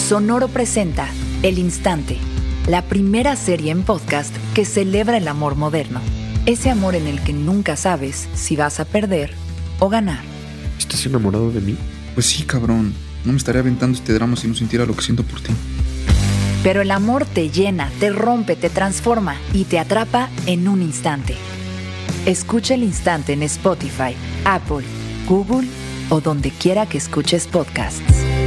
Sonoro presenta El Instante, la primera serie en podcast que celebra el amor moderno. Ese amor en el que nunca sabes si vas a perder o ganar. ¿Estás enamorado de mí? Pues sí, cabrón. No me estaría aventando este drama si no sintiera lo que siento por ti. Pero el amor te llena, te rompe, te transforma y te atrapa en un instante. Escucha El Instante en Spotify, Apple, Google o donde quiera que escuches podcasts.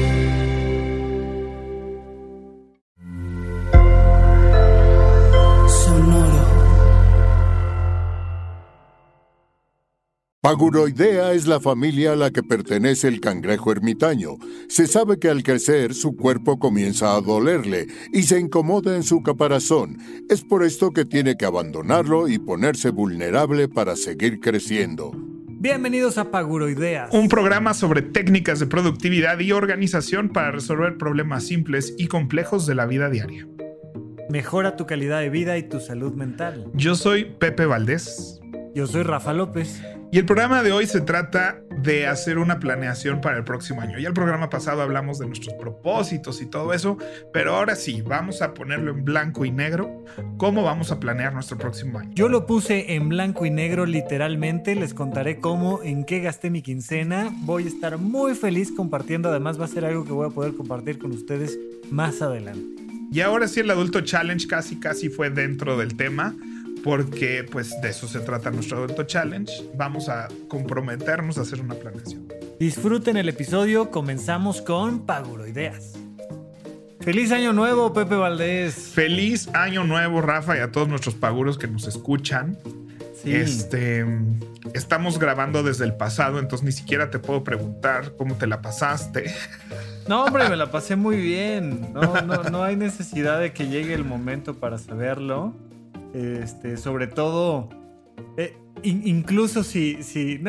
Paguroidea es la familia a la que pertenece el cangrejo ermitaño. Se sabe que al crecer su cuerpo comienza a dolerle y se incomoda en su caparazón. Es por esto que tiene que abandonarlo y ponerse vulnerable para seguir creciendo. Bienvenidos a Paguroideas, un programa sobre técnicas de productividad y organización para resolver problemas simples y complejos de la vida diaria. Mejora tu calidad de vida y tu salud mental. Yo soy Pepe Valdés. Yo soy Rafa López. Y el programa de hoy se trata de hacer una planeación para el próximo año. Ya el programa pasado hablamos de nuestros propósitos y todo eso, pero ahora sí, vamos a ponerlo en blanco y negro. ¿Cómo vamos a planear nuestro próximo año? Yo lo puse en blanco y negro literalmente. Les contaré cómo, en qué gasté mi quincena. Voy a estar muy feliz compartiendo. Además va a ser algo que voy a poder compartir con ustedes más adelante. Y ahora sí, el Adulto Challenge casi fue dentro del tema, porque pues de eso se trata nuestro Adulto Challenge. Vamos a comprometernos a hacer una planeación. Disfruten el episodio. Comenzamos con Paguroideas. ¡Feliz Año Nuevo, Pepe Valdés! ¡Feliz Año Nuevo, Rafa, y a todos nuestros paguros que nos escuchan! Sí. Estamos grabando desde el pasado, entonces ni siquiera te puedo preguntar cómo te la pasaste. No, hombre, me la pasé muy bien. No hay necesidad de que llegue el momento para saberlo. Sobre todo, incluso si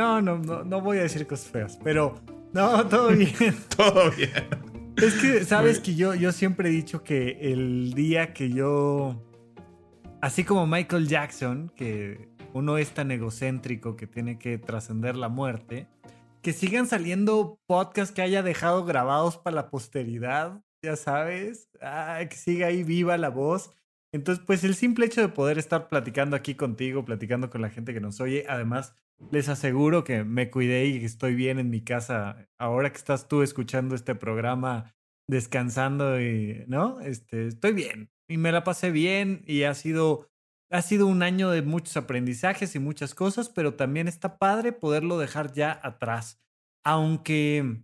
no voy a decir cosas feas, pero no, todo bien. Todo bien. Es que, sabes que yo siempre he dicho que el día que yo, así como Michael Jackson, que uno es tan egocéntrico que tiene que trascender la muerte, que sigan saliendo podcasts que haya dejado grabados para la posteridad, ya sabes, que siga ahí viva la voz. Entonces, pues el simple hecho de poder estar platicando aquí contigo, platicando con la gente que nos oye, además les aseguro que me cuidé y que estoy bien en mi casa. Ahora que estás tú escuchando este programa, descansando y, ¿no? Estoy bien y me la pasé bien y ha sido un año de muchos aprendizajes y muchas cosas, pero también está padre poderlo dejar ya atrás. Aunque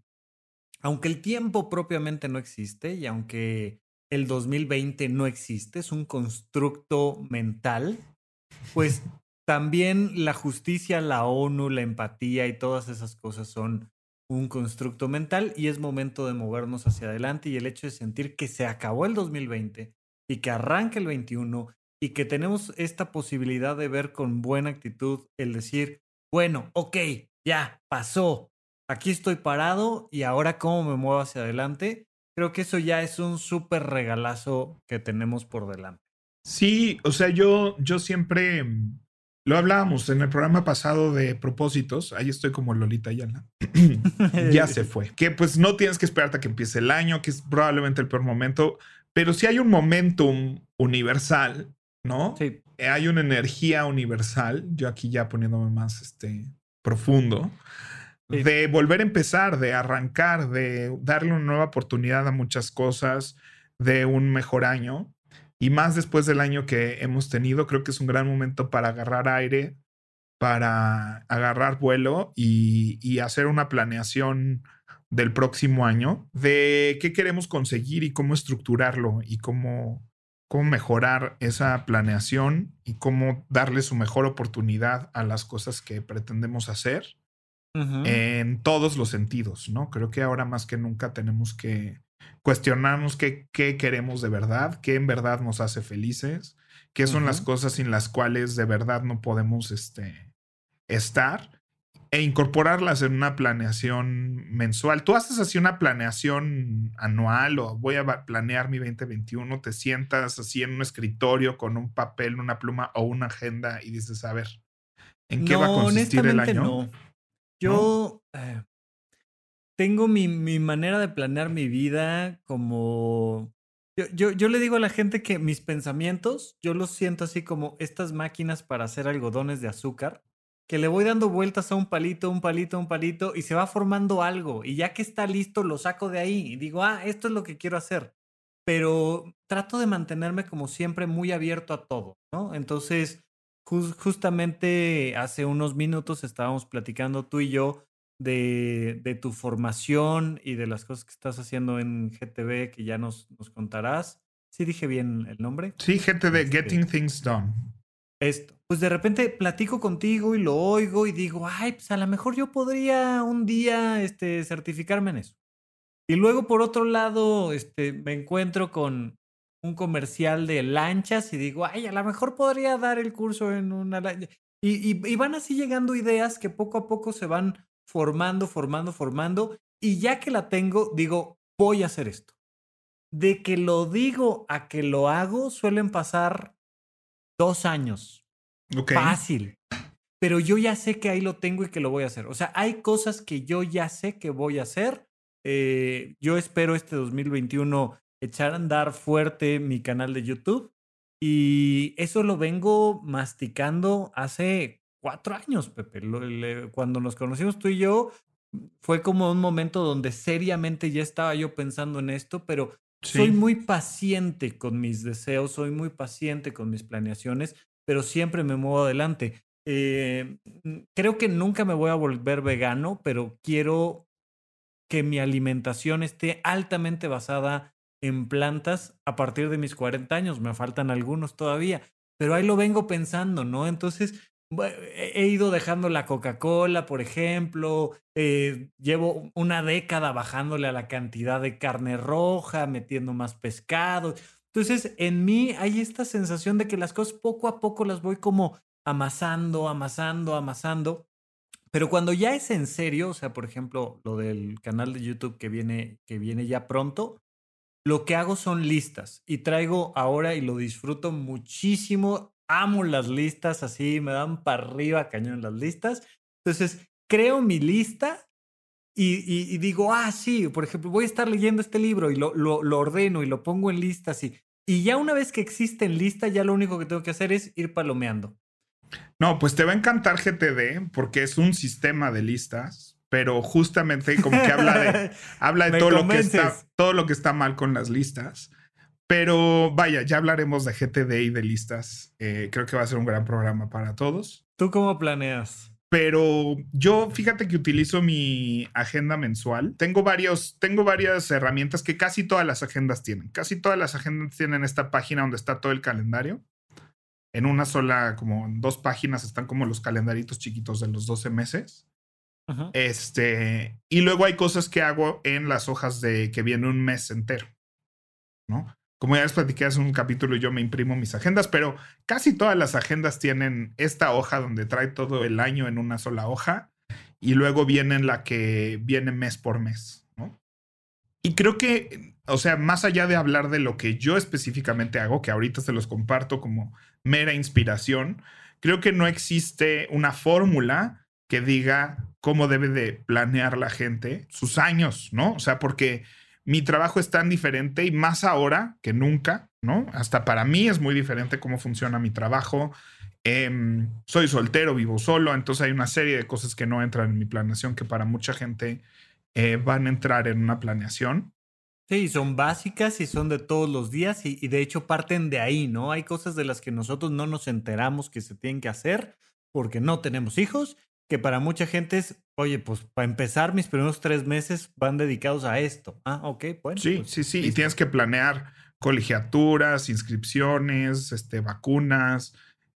el tiempo propiamente no existe y aunque el 2020 no existe, es un constructo mental, pues también la justicia, la ONU, la empatía y todas esas cosas son un constructo mental y es momento de movernos hacia adelante y el hecho de sentir que se acabó el 2020 y que arranca el 21 y que tenemos esta posibilidad de ver con buena actitud el decir, bueno, ok, ya pasó, aquí estoy parado y ahora cómo me muevo hacia adelante. Creo que eso ya es un súper regalazo que tenemos por delante. Sí, o sea, yo siempre lo hablábamos en el programa pasado de propósitos. Ahí estoy como Lolita Ayala. Ya se fue. Que pues no tienes que esperarte a que empiece el año, que es probablemente el peor momento, pero sí hay un momentum universal, ¿no? Sí. Hay una energía universal. Yo aquí ya poniéndome más profundo. Sí. De volver a empezar, de arrancar, de darle una nueva oportunidad a muchas cosas, de un mejor año. Y más después del año que hemos tenido, creo que es un gran momento para agarrar aire, para agarrar vuelo y hacer una planeación del próximo año, de qué queremos conseguir y cómo estructurarlo y cómo mejorar esa planeación y cómo darle su mejor oportunidad a las cosas que pretendemos hacer. En todos los sentidos, ¿no? Creo que ahora más que nunca tenemos que cuestionarnos qué queremos de verdad, qué en verdad nos hace felices, qué son las cosas sin las cuales de verdad no podemos estar e incorporarlas en una planeación mensual. ¿Tú haces así una planeación anual o voy a planear mi 2021? ¿Te sientas así en un escritorio con un papel, una pluma o una agenda y dices, a ver, ¿en qué va a consistir el año? No. Yo, tengo mi manera de planear mi vida como... Yo le digo a la gente que mis pensamientos, yo los siento así como estas máquinas para hacer algodones de azúcar, que le voy dando vueltas a un palito, un palito, un palito, y se va formando algo. Y ya que está listo, lo saco de ahí y digo, esto es lo que quiero hacer. Pero trato de mantenerme como siempre muy abierto a todo, ¿no? Entonces, justamente hace unos minutos estábamos platicando tú y yo de tu formación y de las cosas que estás haciendo en GTV, que ya nos contarás. ¿Sí dije bien el nombre? Sí, GTD, Getting Things Done. Esto. Pues de repente platico contigo y lo oigo y digo, pues a lo mejor yo podría un día certificarme en eso. Y luego por otro lado, me encuentro con un comercial de lanchas y digo, a lo mejor podría dar el curso en una lancha. Y van así llegando ideas que poco a poco se van formando. Y ya que la tengo, digo, voy a hacer esto. De que lo digo a que lo hago, suelen pasar 2 años. Okay. Fácil. Pero yo ya sé que ahí lo tengo y que lo voy a hacer. O sea, hay cosas que yo ya sé que voy a hacer. Yo espero este 2021 echar a andar fuerte mi canal de YouTube. Y eso lo vengo masticando hace 4 años, Pepe. Cuando nos conocimos tú y yo, fue como un momento donde seriamente ya estaba yo pensando en esto, pero soy muy paciente con mis deseos, soy muy paciente con mis planeaciones, pero siempre me muevo adelante. Creo que nunca me voy a volver vegano, pero quiero que mi alimentación esté altamente basada en plantas a partir de mis 40 años. Me faltan algunos todavía, pero ahí lo vengo pensando, ¿no? Entonces, he ido dejando la Coca-Cola, por ejemplo. Llevo una década bajándole a la cantidad de carne roja, metiendo más pescado. Entonces, en mí hay esta sensación de que las cosas poco a poco las voy como amasando. Pero cuando ya es en serio, o sea, por ejemplo, lo del canal de YouTube que viene ya pronto, lo que hago son listas y traigo ahora y lo disfruto muchísimo. Amo las listas, así me dan para arriba cañón las listas. Entonces, creo mi lista y digo, sí, por ejemplo, voy a estar leyendo este libro y lo ordeno y lo pongo en listas. Y ya una vez que existe en lista, ya lo único que tengo que hacer es ir palomeando. No, pues te va a encantar GTD porque es un sistema de listas, pero justamente como que habla de todo lo que está mal con las listas. Pero vaya, ya hablaremos de GTD y de listas. Creo que va a ser un gran programa para todos. ¿Tú cómo planeas? Pero yo, fíjate que utilizo mi agenda mensual. Tengo varias herramientas que casi todas las agendas tienen. Casi todas las agendas tienen esta página donde está todo el calendario. En una sola, como en 2 páginas, están como los calendaritos chiquitos de los 12 meses. Uh-huh. Y luego hay cosas que hago en las hojas de que viene un mes entero, ¿no? Como ya les platiqué hace un capítulo, yo me imprimo mis agendas, pero casi todas las agendas tienen esta hoja donde trae todo el año en una sola hoja y luego viene la que viene mes por mes, ¿no? Y creo que, o sea, más allá de hablar de lo que yo específicamente hago, que ahorita se los comparto como mera inspiración, creo que no existe una fórmula que diga cómo debe de planear la gente sus años, ¿no? O sea, porque mi trabajo es tan diferente y más ahora que nunca, ¿no? Hasta para mí es muy diferente cómo funciona mi trabajo. Soy soltero, vivo solo, entonces hay una serie de cosas que no entran en mi planeación que para mucha gente van a entrar en una planeación. Sí, son básicas y son de todos los días y de hecho parten de ahí, ¿no? Hay cosas de las que nosotros no nos enteramos que se tienen que hacer porque no tenemos hijos, que para mucha gente es, oye, pues para empezar mis primeros 3 meses van dedicados a esto. Ok, bueno. Sí, pues, sí. listo. Y tienes que planear colegiaturas, inscripciones, vacunas,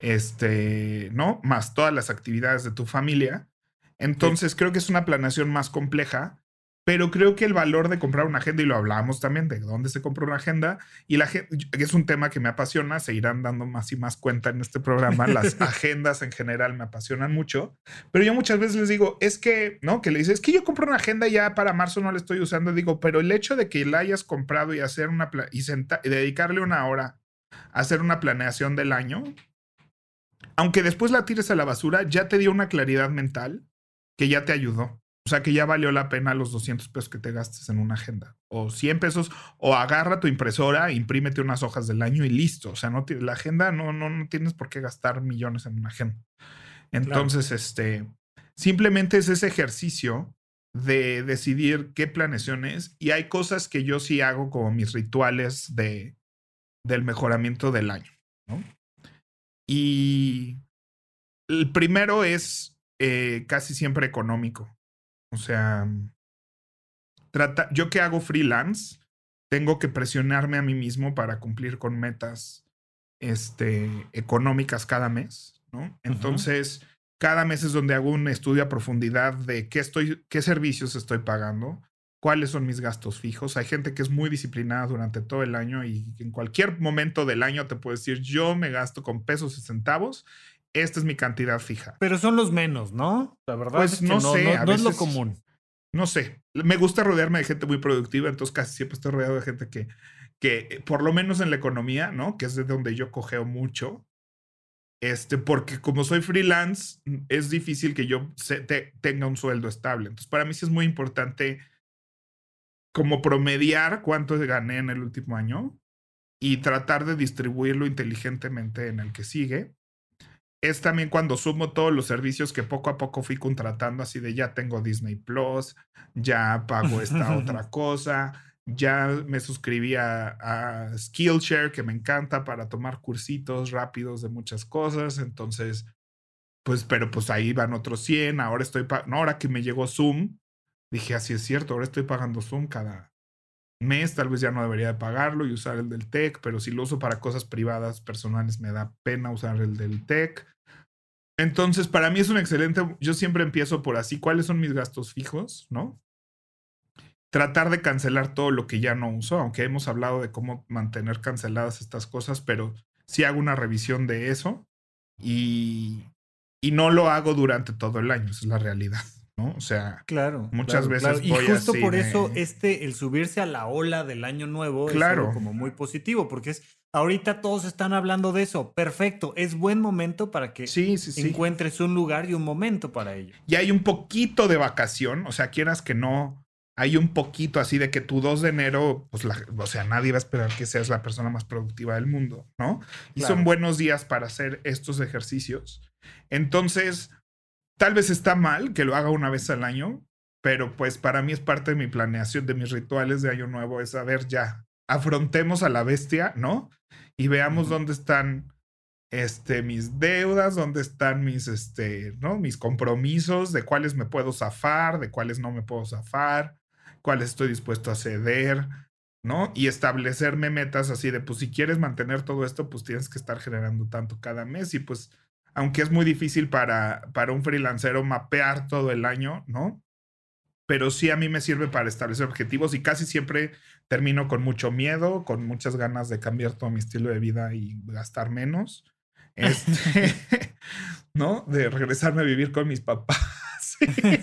¿no? Más todas las actividades de tu familia. Entonces creo que es una planeación más compleja, pero creo que el valor de comprar una agenda, y lo hablábamos también de dónde se compra una agenda, y es un tema que me apasiona, se irán dando más y más cuenta en este programa, las agendas en general me apasionan mucho, pero yo muchas veces les digo, es que, ¿no? Que le dices, es que yo compro una agenda y ya para marzo no la estoy usando, digo, pero el hecho de que la hayas comprado y hacer y dedicarle 1 hora a hacer una planeación del año, aunque después la tires a la basura, ya te dio una claridad mental que ya te ayudó. O sea que ya valió la pena los 200 pesos que te gastes en una agenda. O 100 pesos. O agarra tu impresora, imprímete unas hojas del año y listo. O sea, la agenda no tienes por qué gastar millones en una agenda. Entonces, simplemente es ese ejercicio de decidir qué planeaciones. Y hay cosas que yo sí hago como mis rituales del mejoramiento del año, ¿no? Y el primero es casi siempre económico. O sea, yo que hago freelance, tengo que presionarme a mí mismo para cumplir con metas económicas cada mes, ¿no? Entonces, cada mes es donde hago un estudio a profundidad de qué servicios estoy pagando, cuáles son mis gastos fijos. Hay gente que es muy disciplinada durante todo el año y en cualquier momento del año te puede decir, yo me gasto con pesos y centavos, esta es mi cantidad fija. Pero son los menos, ¿no? La verdad pues es que no sé, no es lo común. No sé, me gusta rodearme de gente muy productiva, entonces casi siempre estoy rodeado de gente que por lo menos en la economía, ¿no? Que es de donde yo cojeo mucho. Porque como soy freelance, es difícil que yo tenga un sueldo estable. Entonces, para mí sí es muy importante como promediar cuánto gané en el último año y tratar de distribuirlo inteligentemente en el que sigue. Es también cuando sumo todos los servicios que poco a poco fui contratando, así de ya tengo Disney Plus, ya pago esta otra cosa, ya me suscribí a Skillshare, que me encanta para tomar cursitos rápidos de muchas cosas. Entonces, pero ahí van otros 100. Ahora ahora que me llegó Zoom, dije, así es cierto, ahora estoy pagando Zoom cada mes. Tal vez ya no debería de pagarlo y usar el del tech, pero si lo uso para cosas privadas, personales, me da pena usar el del tech. Entonces, para mí es un excelente, yo siempre empiezo por así, ¿cuáles son mis gastos fijos, no? Tratar de cancelar todo lo que ya no uso, aunque hemos hablado de cómo mantener canceladas estas cosas, pero sí hago una revisión de eso y no lo hago durante todo el año, esa es la realidad, ¿no? O sea, muchas veces y voy justo así por eso el subirse a la ola del año nuevo es algo como muy positivo, porque ahorita todos están hablando de eso. Perfecto, es buen momento para que encuentres un lugar y un momento para ello. Y hay un poquito de vacación, o sea, quieras que no, hay un poquito así de que tu 2 de enero, pues o sea, nadie va a esperar que seas la persona más productiva del mundo, ¿no? Y son buenos días para hacer estos ejercicios. Entonces, tal vez está mal que lo haga una vez al año, pero pues para mí es parte de mi planeación, de mis rituales de año nuevo, es saber ya, afrontemos a la bestia, ¿no? Y veamos dónde están mis deudas, dónde están ¿no? Mis compromisos, de cuáles me puedo zafar, de cuáles no me puedo zafar, cuáles estoy dispuesto a ceder, ¿no? Y establecerme metas así de, pues si quieres mantener todo esto, pues tienes que estar generando tanto cada mes. Y pues, aunque es muy difícil para un freelancero mapear todo el año, ¿no? Pero sí a mí me sirve para establecer objetivos y casi siempre termino con mucho miedo, con muchas ganas de cambiar todo mi estilo de vida y gastar menos. ¿No? De regresarme a vivir con mis papás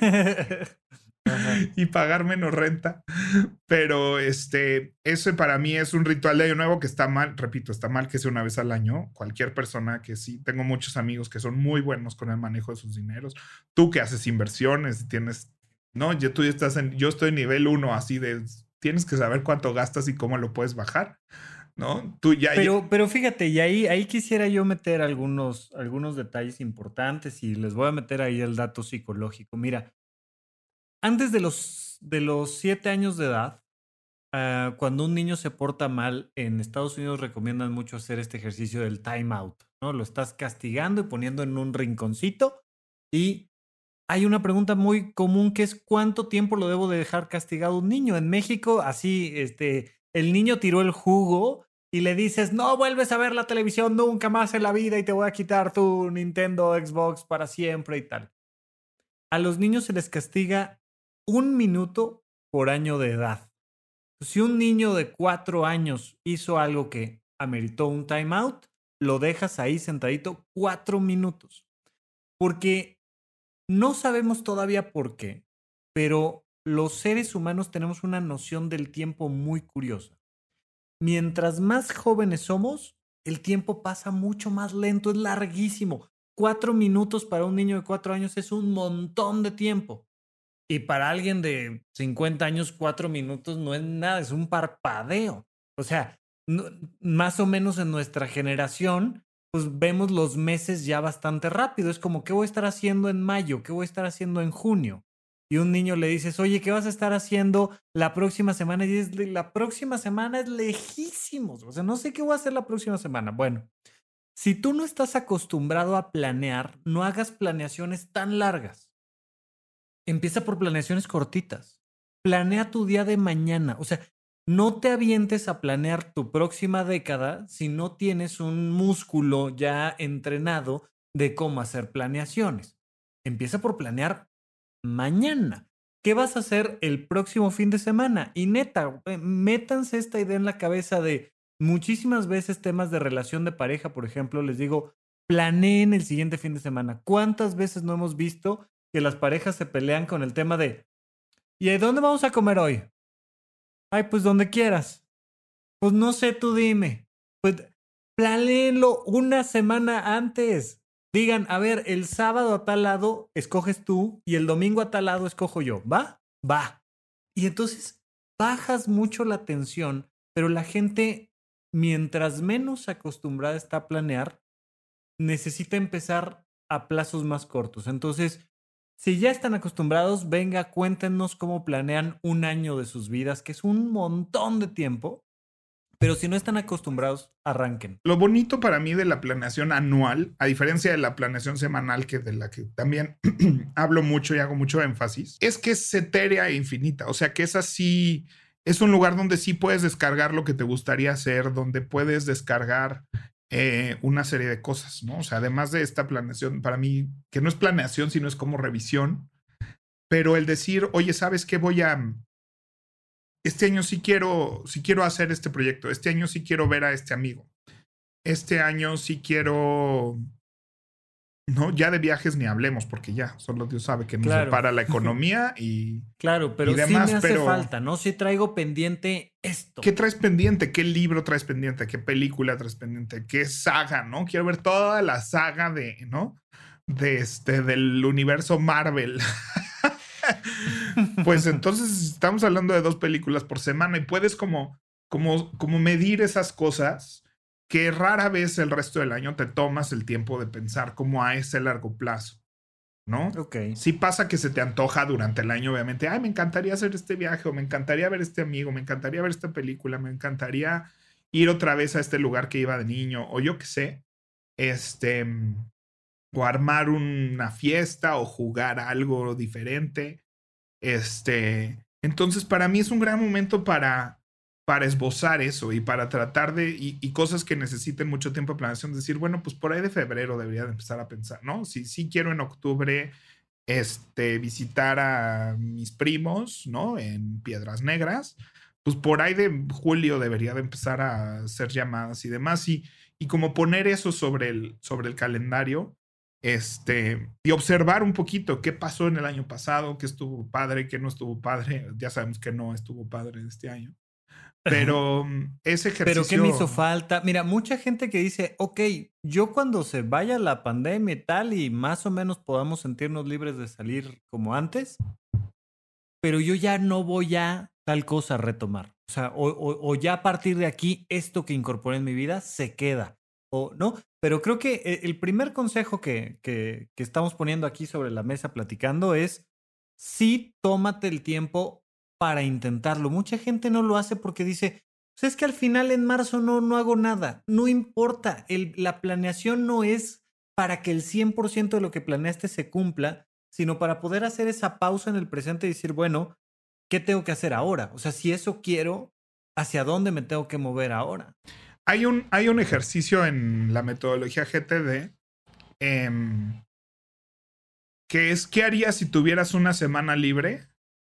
y pagar menos renta. Pero ese para mí es un ritual de año nuevo que está mal, repito, está mal que sea una vez al año. Cualquier persona que sí, tengo muchos amigos que son muy buenos con el manejo de sus dineros. Tú que haces inversiones, tienes, no, yo estoy en nivel 1, así de, tienes que saber cuánto gastas y cómo lo puedes bajar. ¿No? Pero fíjate, y ahí quisiera yo meter algunos detalles importantes y les voy a meter ahí el dato psicológico. Mira, antes de los 7 años de edad, cuando un niño se porta mal, en Estados Unidos recomiendan mucho hacer este ejercicio del time out, ¿no? Lo estás castigando y poniendo en un rinconcito y hay una pregunta muy común que es ¿cuánto tiempo lo debo de dejar castigado un niño? En México, así, el niño tiró el jugo y le dices, no vuelves a ver la televisión nunca más en la vida y te voy a quitar tu Nintendo, Xbox para siempre y tal. A los niños se les castiga 1 minuto por año de edad. Si un niño de 4 años hizo algo que ameritó un timeout, lo dejas ahí sentadito 4 minutos. Porque no sabemos todavía por qué, pero los seres humanos tenemos una noción del tiempo muy curiosa. Mientras más jóvenes somos, el tiempo pasa mucho más lento, es larguísimo. 4 minutos para un niño de 4 años es un montón de tiempo. Y para alguien de 50 años, 4 minutos no es nada, es un parpadeo. O sea, más o menos en nuestra generación, pues vemos los meses ya bastante rápido. Es como, ¿qué voy a estar haciendo en mayo? ¿Qué voy a estar haciendo en junio? Y un niño le dices, oye, ¿qué vas a estar haciendo la próxima semana? Y dices, la próxima semana es lejísimos. O sea, no sé qué voy a hacer la próxima semana. Bueno, si tú no estás acostumbrado a planear, no hagas planeaciones tan largas. Empieza por planeaciones cortitas. Planea tu día de mañana. O sea, no te avientes a planear tu próxima década si no tienes un músculo ya entrenado de cómo hacer planeaciones. Empieza por planear mañana. ¿Qué vas a hacer el próximo fin de semana? Y neta, métanse esta idea en la cabeza de muchísimas veces temas de relación de pareja, por ejemplo, les digo, planeen el siguiente fin de semana. ¿Cuántas veces no hemos visto que las parejas se pelean con el tema de ¿y a dónde vamos a comer hoy? Ay, pues donde quieras. Pues no sé, tú dime. Pues planéenlo una semana antes. Digan, a ver, el sábado a tal lado escoges tú y el domingo a tal lado escojo yo. ¿Va? Va. Y entonces bajas mucho la tensión, pero la gente, mientras menos acostumbrada está a planear, necesita empezar a plazos más cortos. Entonces, si ya están acostumbrados, venga, cuéntenos cómo planean un año de sus vidas, que es un montón de tiempo. Pero si no están acostumbrados, arranquen. Lo bonito para mí de la planeación anual, a diferencia de la planeación semanal, que de la que también hablo mucho y hago mucho énfasis, es que es etérea e infinita. O sea, que es así, es un lugar donde sí puedes descargar lo que te gustaría hacer, donde puedes descargar una serie de cosas, ¿no? O sea, además de esta planeación, para mí, que no es planeación, sino es como revisión, pero el decir, oye, ¿sabes qué? Este año sí quiero hacer este proyecto, este año sí quiero ver a este amigo, este año sí quiero, no, ya de viajes ni hablemos, porque ya, solo Dios sabe que nos separa la economía y claro, pero y demás, sí me hace falta, ¿no? Sí traigo pendiente esto. ¿Qué traes pendiente? ¿Qué libro traes pendiente? ¿Qué película traes pendiente? ¿Qué saga, no? Quiero ver toda la saga ¿no? Del universo Marvel. Pues entonces estamos hablando de 2 películas por semana y puedes como medir esas cosas que rara vez el resto del año te tomas el tiempo de pensar como a ese largo plazo, ¿no? Ok. Sí pasa que se te antoja durante el año, obviamente. Ay, me encantaría hacer este viaje, o me encantaría ver este amigo, me encantaría ver esta película, me encantaría ir otra vez a este lugar que iba de niño, o yo qué sé, o armar una fiesta, o jugar algo diferente. Entonces para mí es un gran momento para esbozar eso y para tratar y cosas que necesiten mucho tiempo de planeación, decir, bueno, pues por ahí de febrero debería de empezar a pensar, ¿no? Si quiero en octubre visitar a mis primos, ¿no? En Piedras Negras, pues por ahí de julio debería de empezar a hacer llamadas y demás y como poner eso sobre el calendario. Y observar un poquito qué pasó en el año pasado, qué estuvo padre, qué no estuvo padre. Ya sabemos que no estuvo padre este año. Pero ese ejercicio... ¿Pero qué me hizo falta? Mira, mucha gente que dice, ok, yo cuando se vaya la pandemia y tal y más o menos podamos sentirnos libres de salir como antes, pero yo ya no voy a tal cosa retomar. O sea, o ya a partir de aquí, esto que incorporé en mi vida se queda. O no, pero creo que el primer consejo que estamos poniendo aquí sobre la mesa platicando es sí, tómate el tiempo para intentarlo. Mucha gente no lo hace porque dice, pues es que al final en marzo no hago nada. No importa, la planeación no es para que el 100% de lo que planeaste se cumpla, sino para poder hacer esa pausa en el presente y decir, bueno, ¿qué tengo que hacer ahora? O sea, si eso quiero, ¿hacia dónde me tengo que mover ahora? Hay un ejercicio en la metodología GTD que es, ¿qué harías si tuvieras una semana libre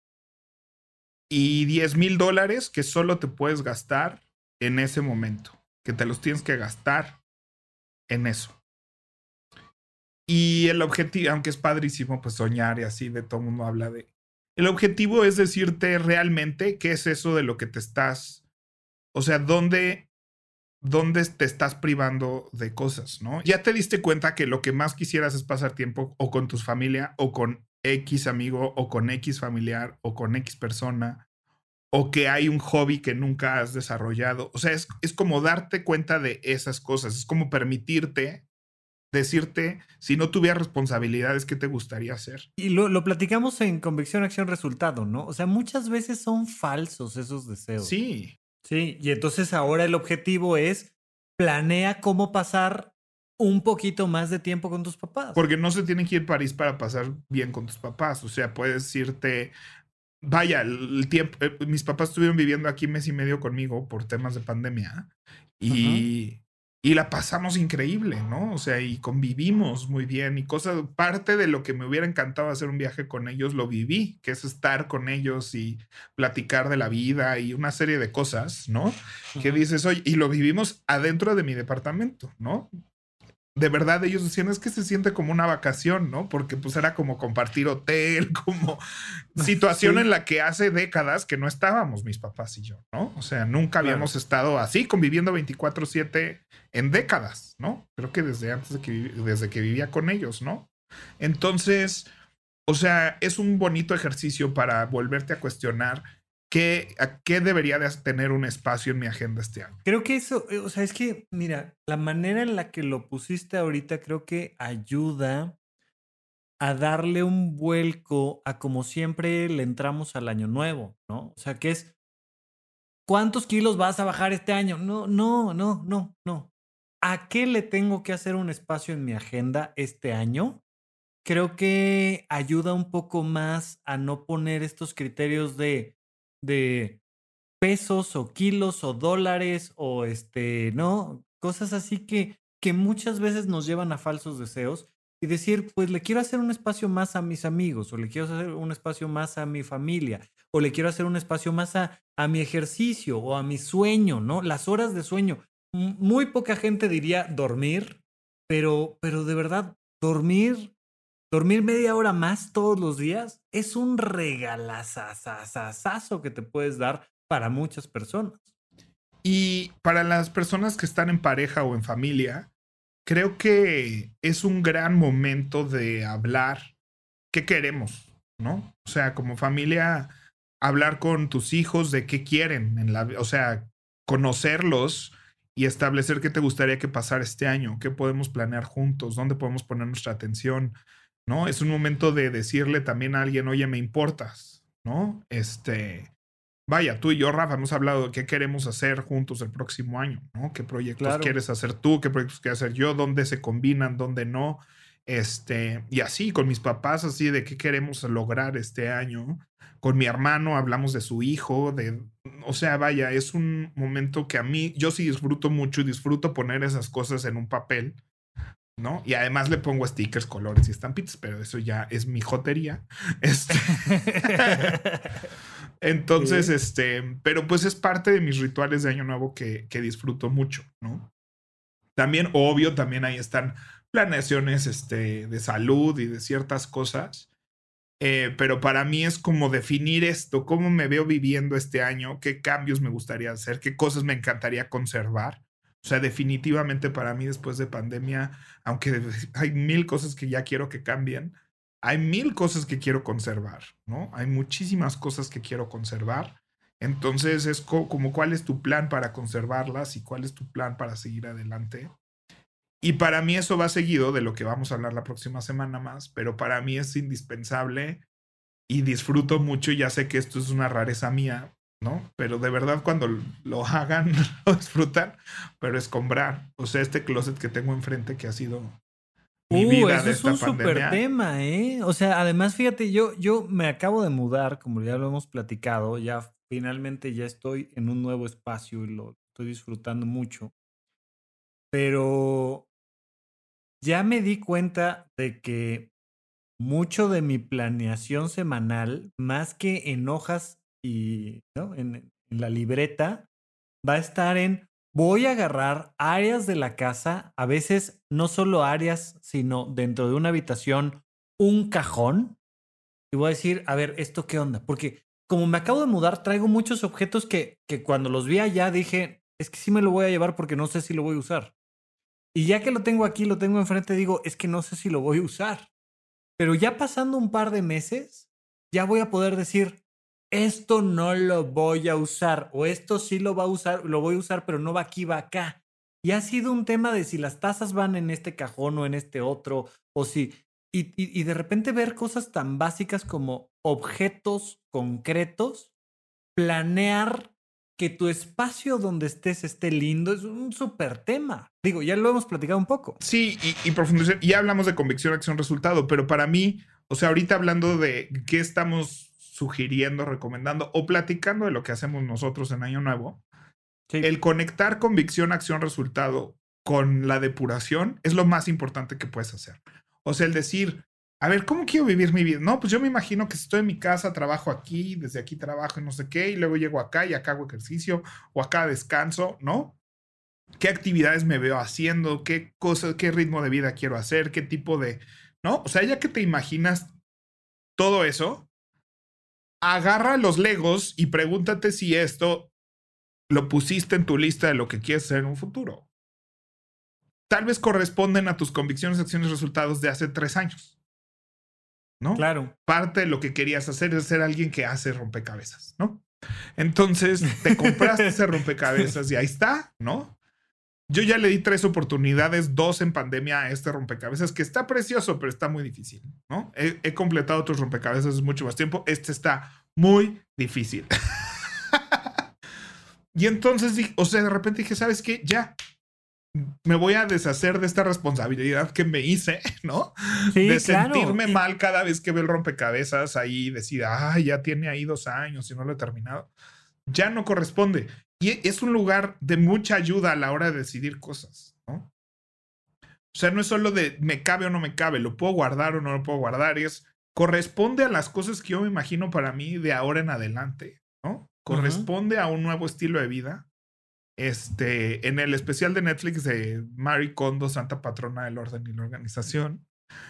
y $10,000 que solo te puedes gastar en ese momento? Que te los tienes que gastar en eso. Y el objetivo, aunque es padrísimo, pues soñar y así, de todo el mundo habla de... El objetivo es decirte realmente qué es eso de lo que te estás... O sea, ¿dónde te estás privando de cosas, ¿no? Ya te diste cuenta que lo que más quisieras es pasar tiempo o con tu familia o con X amigo o con X familiar o con X persona, o que hay un hobby que nunca has desarrollado. O sea, es como darte cuenta de esas cosas, es como permitirte decirte, si no tuviera responsabilidades, ¿qué te gustaría hacer? Y lo platicamos en Convicción, Acción, Resultado, ¿no? O sea, muchas veces son falsos esos deseos. Sí. Sí, y entonces ahora el objetivo es planea cómo pasar un poquito más de tiempo con tus papás. Porque no se tienen que ir a París para pasar bien con tus papás. O sea, puedes irte... Vaya, el tiempo... mis papás estuvieron viviendo aquí 1.5 meses conmigo por temas de pandemia. Y la pasamos increíble, ¿no? O sea, y convivimos muy bien. Y parte de lo que me hubiera encantado hacer un viaje con ellos, lo viví. Que es estar con ellos y platicar de la vida y una serie de cosas, ¿no? Que dices, oye, y lo vivimos adentro de mi departamento, ¿no? De verdad ellos decían, es que se siente como una vacación, ¿no? Porque pues era como compartir hotel, como situación en la que hace décadas que no estábamos mis papás y yo, ¿no? O sea, nunca habíamos estado así conviviendo 24/7 en décadas, ¿no? Creo que desde antes desde que vivía con ellos, ¿no? Entonces, o sea, es un bonito ejercicio para volverte a cuestionar ¿a qué debería de tener un espacio en mi agenda este año? Creo que eso, o sea, es que, mira, la manera en la que lo pusiste ahorita creo que ayuda a darle un vuelco a como siempre le entramos al año nuevo, ¿no? O sea, que es, ¿cuántos kilos vas a bajar este año? No. ¿A qué le tengo que hacer un espacio en mi agenda este año? Creo que ayuda un poco más a no poner estos criterios de pesos o kilos o dólares o ¿no? Cosas así que muchas veces nos llevan a falsos deseos y decir, pues le quiero hacer un espacio más a mis amigos o le quiero hacer un espacio más a mi familia o le quiero hacer un espacio más a mi ejercicio o a mi sueño, ¿no? Las horas de sueño. Muy poca gente diría dormir, pero de verdad, dormir media hora más todos los días es un regalazazazazo que te puedes dar para muchas personas. Y para las personas que están en pareja o en familia, creo que es un gran momento de hablar qué queremos, ¿no? O sea, como familia, hablar con tus hijos de qué quieren, o sea, conocerlos y establecer qué te gustaría que pasara este año, qué podemos planear juntos, dónde podemos poner nuestra atención, ¿no? Es un momento de decirle también a alguien, oye, me importas, ¿no? Vaya, tú y yo, Rafa, hemos hablado de qué queremos hacer juntos el próximo año, ¿no? ¿Qué proyectos quieres hacer tú? ¿Qué proyectos quieres hacer yo? ¿Dónde se combinan? ¿Dónde no? Y así, con mis papás, así de qué queremos lograr este año. Con mi hermano hablamos de su hijo, o sea, vaya, es un momento que a mí, yo sí disfruto mucho y disfruto poner esas cosas en un papel, ¿no? Y además le pongo stickers, colores y estampitas, pero eso ya es mi jotería. Entonces, pero pues es parte de mis rituales de Año Nuevo que disfruto mucho, ¿no? También, obvio, también ahí están planeaciones de salud y de ciertas cosas. Pero para mí es como definir esto, cómo me veo viviendo este año, qué cambios me gustaría hacer, qué cosas me encantaría conservar. O sea, definitivamente para mí después de pandemia, aunque hay 1000 cosas que ya quiero que cambien, hay 1000 cosas que quiero conservar, ¿no? Hay muchísimas cosas que quiero conservar. Entonces es como cuál es tu plan para conservarlas y cuál es tu plan para seguir adelante. Y para mí eso va seguido de lo que vamos a hablar la próxima semana más, pero para mí es indispensable y disfruto mucho, y ya sé que esto es una rareza mía, ¿no? Pero de verdad cuando lo hagan, lo disfrutan, pero es comprar. O sea, este closet que tengo enfrente que ha sido mi vida de esta pandemia. Eso es un súper tema, ¿eh? O sea, además, fíjate, yo me acabo de mudar, como ya lo hemos platicado, ya finalmente ya estoy en un nuevo espacio y lo estoy disfrutando mucho. Pero ya me di cuenta de que mucho de mi planeación semanal, más que en hojas y, ¿no?, en la libreta, va a estar en voy a agarrar áreas de la casa, a veces no solo áreas, sino dentro de una habitación, un cajón, y voy a decir, a ver, ¿esto qué onda? Porque como me acabo de mudar, traigo muchos objetos que cuando los vi allá dije, es que sí me lo voy a llevar porque no sé si lo voy a usar. Y ya que lo tengo aquí, lo tengo enfrente, digo, es que no sé si lo voy a usar. Pero ya pasando un par de meses, ya voy a poder decir, esto no lo voy a usar, o esto sí lo voy a usar, pero no va aquí, va acá. Y ha sido un tema de si las tazas van en este cajón o en este otro, o si... Y de repente ver cosas tan básicas como objetos concretos, planear que tu espacio donde esté lindo, es un súper tema. Digo, ya lo hemos platicado un poco. Sí, y profundizar. Ya hablamos de convicción, acción, resultado, pero para mí, o sea, ahorita hablando de qué estamos sugiriendo, recomendando o platicando de lo que hacemos nosotros en Año Nuevo, sí. El conectar convicción, acción, resultado con la depuración es lo más importante que puedes hacer. O sea, el decir, a ver, ¿cómo quiero vivir mi vida? No, pues yo me imagino que si estoy en mi casa, trabajo aquí, desde aquí trabajo y no sé qué, y luego llego acá y acá hago ejercicio, o acá descanso, ¿no? ¿Qué actividades me veo haciendo? ¿Qué cosas, qué ritmo de vida quiero hacer? ¿Qué tipo de, no? O sea, ya que te imaginas todo eso, agarra los Legos y pregúntate si esto lo pusiste en tu lista de lo que quieres hacer en un futuro. Tal vez corresponden a tus convicciones, acciones, resultados de hace 3 años. ¿No? Claro. Parte de lo que querías hacer es ser alguien que hace rompecabezas, ¿no? Entonces te compraste ese rompecabezas y ahí está, ¿no? Yo ya le di 3 oportunidades, 2 en pandemia a este rompecabezas, que está precioso, pero está muy difícil, ¿no? He completado otros rompecabezas mucho más tiempo. Este está muy difícil. Y entonces, o sea, de repente dije, ¿sabes qué? Ya. Me voy a deshacer de esta responsabilidad que me hice, ¿no? Sí, de claro. sentirme mal cada vez que veo el rompecabezas ahí y decir, ya tiene ahí 2 años y no lo he terminado. Ya no corresponde. Y es un lugar de mucha ayuda a la hora de decidir cosas, ¿no? O sea, no es solo de me cabe o no me cabe, lo puedo guardar o no lo puedo guardar. Corresponde a las cosas que yo me imagino para mí de ahora en adelante, ¿no? Corresponde a un nuevo estilo de vida. En el especial de Netflix de Marie Kondo, Santa Patrona del Orden y la Organización,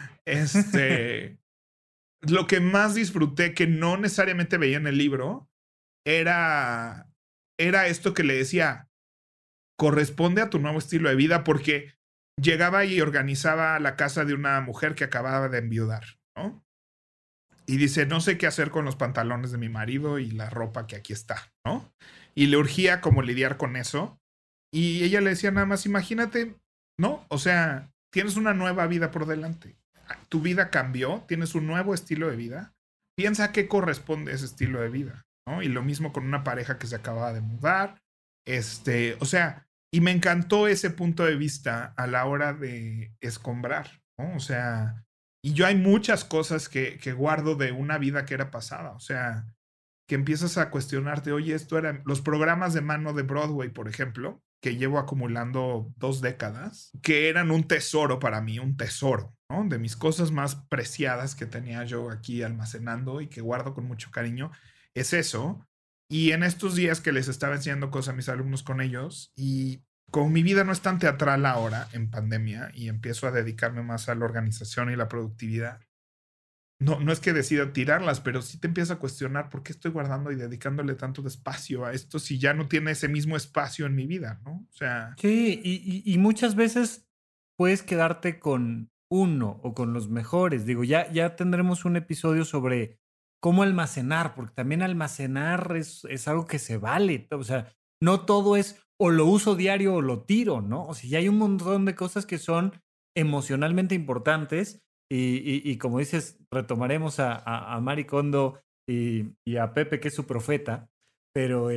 lo que más disfruté, que no necesariamente veía en el libro, era esto que le decía, corresponde a tu nuevo estilo de vida, porque llegaba y organizaba la casa de una mujer que acababa de enviudar, ¿no? Y dice, no sé qué hacer con los pantalones de mi marido y la ropa que aquí está, ¿no? Y le urgía como lidiar con eso. Y ella le decía nada más, imagínate, ¿no? O sea, tienes una nueva vida por delante. Tu vida cambió, tienes un nuevo estilo de vida. Piensa a qué corresponde ese estilo de vida, ¿no? Y lo mismo con una pareja que se acababa de mudar. O sea, y me encantó ese punto de vista a la hora de escombrar, ¿no? O sea, y yo hay muchas cosas que guardo de una vida que era pasada, o sea, que empiezas a cuestionarte, oye, esto eran los programas de mano de Broadway, por ejemplo, que llevo acumulando 2 décadas, que eran un tesoro para mí, un tesoro, ¿no? De mis cosas más preciadas que tenía yo aquí almacenando y que guardo con mucho cariño, es eso. Y en estos días que les estaba enseñando cosas a mis alumnos con ellos, y como mi vida no es tan teatral ahora en pandemia y empiezo a dedicarme más a la organización y la productividad, no es que decida tirarlas, pero sí te empiezas a cuestionar por qué estoy guardando y dedicándole tanto espacio a esto si ya no tiene ese mismo espacio en mi vida, ¿no? O sea... Sí, y muchas veces puedes quedarte con uno o con los mejores. Digo, ya tendremos un episodio sobre cómo almacenar, porque también almacenar es algo que se vale. O sea, no todo es o lo uso diario o lo tiro, ¿no? O sea, ya hay un montón de cosas que son emocionalmente importantes y como dices, retomaremos a Marie Kondo y a Pepe, que es su profeta, pero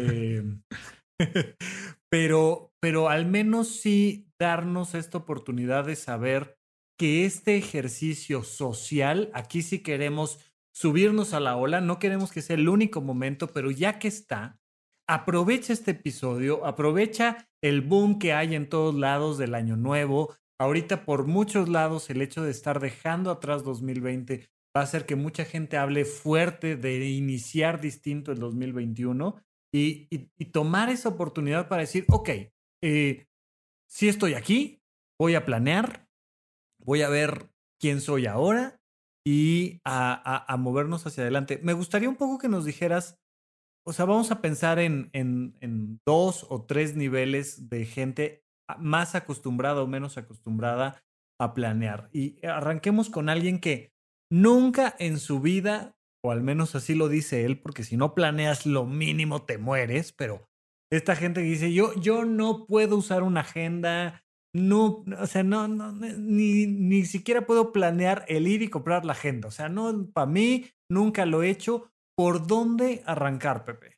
pero al menos sí darnos esta oportunidad de saber que este ejercicio social, aquí sí queremos subirnos a la ola, no queremos que sea el único momento, pero ya que está, aprovecha este episodio, aprovecha el boom que hay en todos lados del año nuevo. Ahorita por muchos lados el hecho de estar dejando atrás 2020 va a hacer que mucha gente hable fuerte de iniciar distinto el 2021 y tomar esa oportunidad para decir, ok, si estoy aquí, voy a planear, voy a ver quién soy ahora y a movernos hacia adelante. Me gustaría un poco que nos dijeras, o sea, vamos a pensar en 2 o 3 niveles de gente más acostumbrada o menos acostumbrada a planear. Y arranquemos con alguien que nunca en su vida, o al menos así lo dice él, porque si no planeas lo mínimo te mueres, pero esta gente que dice, yo no puedo usar una agenda, no, o sea, ni siquiera puedo planear el ir y comprar la agenda. O sea, no, para mí, nunca lo he hecho. ¿Por dónde arrancar, Pepe?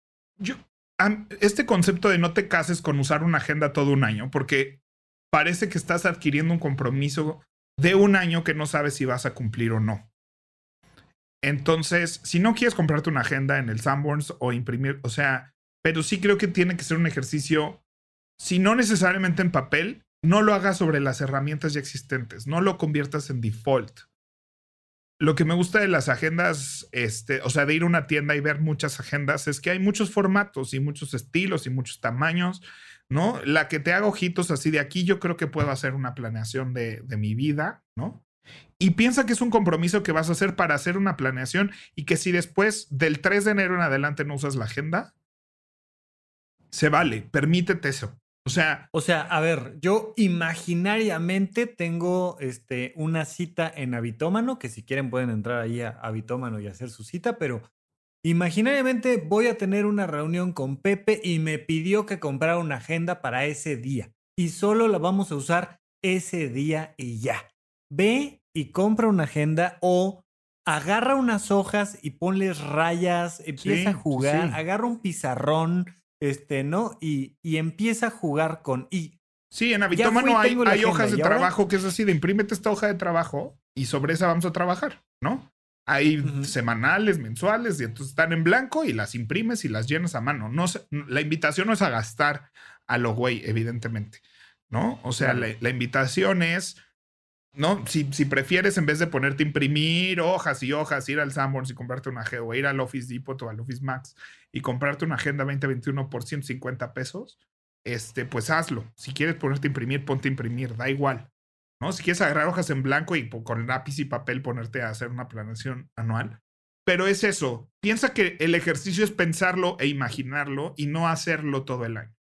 Este concepto de no te cases con usar una agenda todo un año, porque parece que estás adquiriendo un compromiso de un año que no sabes si vas a cumplir o no. Entonces, si no quieres comprarte una agenda en el Sanborns o imprimir, o sea, pero sí creo que tiene que ser un ejercicio, si no necesariamente en papel, no lo hagas sobre las herramientas ya existentes, no lo conviertas en default. Lo que me gusta de las agendas, o sea, de ir a una tienda y ver muchas agendas, es que hay muchos formatos y muchos estilos y muchos tamaños, ¿no? La que te haga ojitos así de aquí, yo creo que puedo hacer una planeación de mi vida, ¿no? Y piensa que es un compromiso que vas a hacer para hacer una planeación y que si después del 3 de enero en adelante no usas la agenda, se vale, permítete eso. O sea, a ver, yo imaginariamente tengo una cita en Habitómano, que si quieren pueden entrar ahí a Habitómano y hacer su cita, pero imaginariamente voy a tener una reunión con Pepe y me pidió que comprara una agenda para ese día y solo la vamos a usar ese día y ya. Ve y compra una agenda o agarra unas hojas y ponles rayas, empieza a jugar, agarra un pizarrón, ¿no? Y empieza a jugar con... Sí, en Habitómano hay hojas de trabajo que es así de imprímete esta hoja de trabajo y sobre esa vamos a trabajar, ¿no? Hay semanales, mensuales y entonces están en blanco y las imprimes y las llenas a mano. La invitación no es a gastar a lo güey, evidentemente, ¿no? O sea, la invitación es... ¿no? Si prefieres, en vez de ponerte a imprimir hojas y hojas, ir al Sanborns y comprarte una agenda, o ir al Office Depot o al Office Max y comprarte una agenda 2021 por 150 pesos, pues hazlo. Si quieres ponerte a imprimir, ponte a imprimir, da igual, ¿no? Si quieres agarrar hojas en blanco y con lápiz y papel ponerte a hacer una planeación anual. Pero es eso. Piensa que el ejercicio es pensarlo e imaginarlo y no hacerlo todo el año.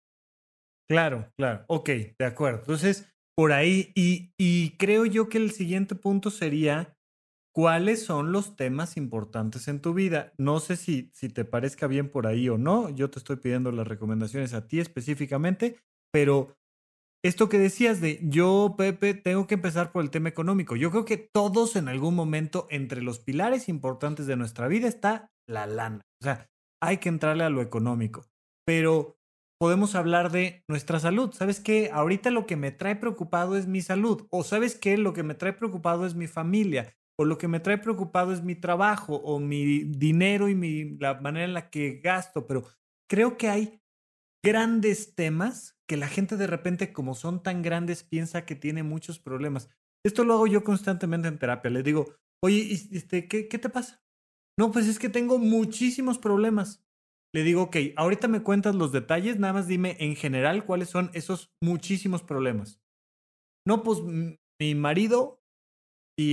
Claro. Ok, de acuerdo. Entonces... por ahí, y creo yo que el siguiente punto sería, ¿cuáles son los temas importantes en tu vida? No sé si te parezca bien por ahí o no, yo te estoy pidiendo las recomendaciones a ti específicamente, pero esto que decías de yo, Pepe, tengo que empezar por el tema económico. Yo creo que todos en algún momento, entre los pilares importantes de nuestra vida está la lana. O sea, hay que entrarle a lo económico, pero... podemos hablar de nuestra salud. ¿Sabes qué? Ahorita lo que me trae preocupado es mi salud. O ¿sabes qué? Lo que me trae preocupado es mi familia. O lo que me trae preocupado es mi trabajo o mi dinero y la manera en la que gasto. Pero creo que hay grandes temas que la gente de repente, como son tan grandes, piensa que tiene muchos problemas. Esto lo hago yo constantemente en terapia. Le digo, oye, ¿qué te pasa? No, pues es que tengo muchísimos problemas. Le digo, ok, ahorita me cuentas los detalles, nada más dime en general cuáles son esos muchísimos problemas. No, pues mi marido y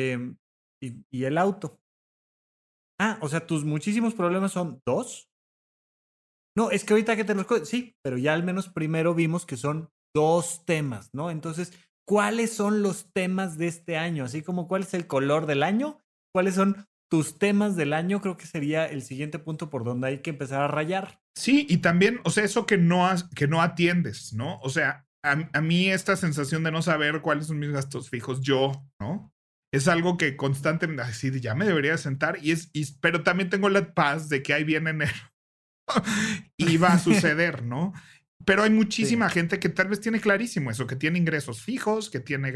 y el auto. Ah, o sea, tus muchísimos problemas son 2. No, es que ahorita que te los cuento, sí, pero ya al menos primero vimos que son 2 temas, ¿no? Entonces, ¿cuáles son los temas de este año? Así como cuál es el color del año, cuáles son tus temas del año, creo que sería el siguiente punto por donde hay que empezar a rayar. Sí, y también, o sea, eso que no atiendes, ¿no? O sea, a mí esta sensación de no saber cuáles son mis gastos fijos, ¿no? Es algo que constantemente, así ya me debería sentar, pero también tengo la paz de que ahí viene enero y va a suceder, ¿no? Pero hay muchísima gente que tal vez tiene clarísimo eso, que tiene ingresos fijos,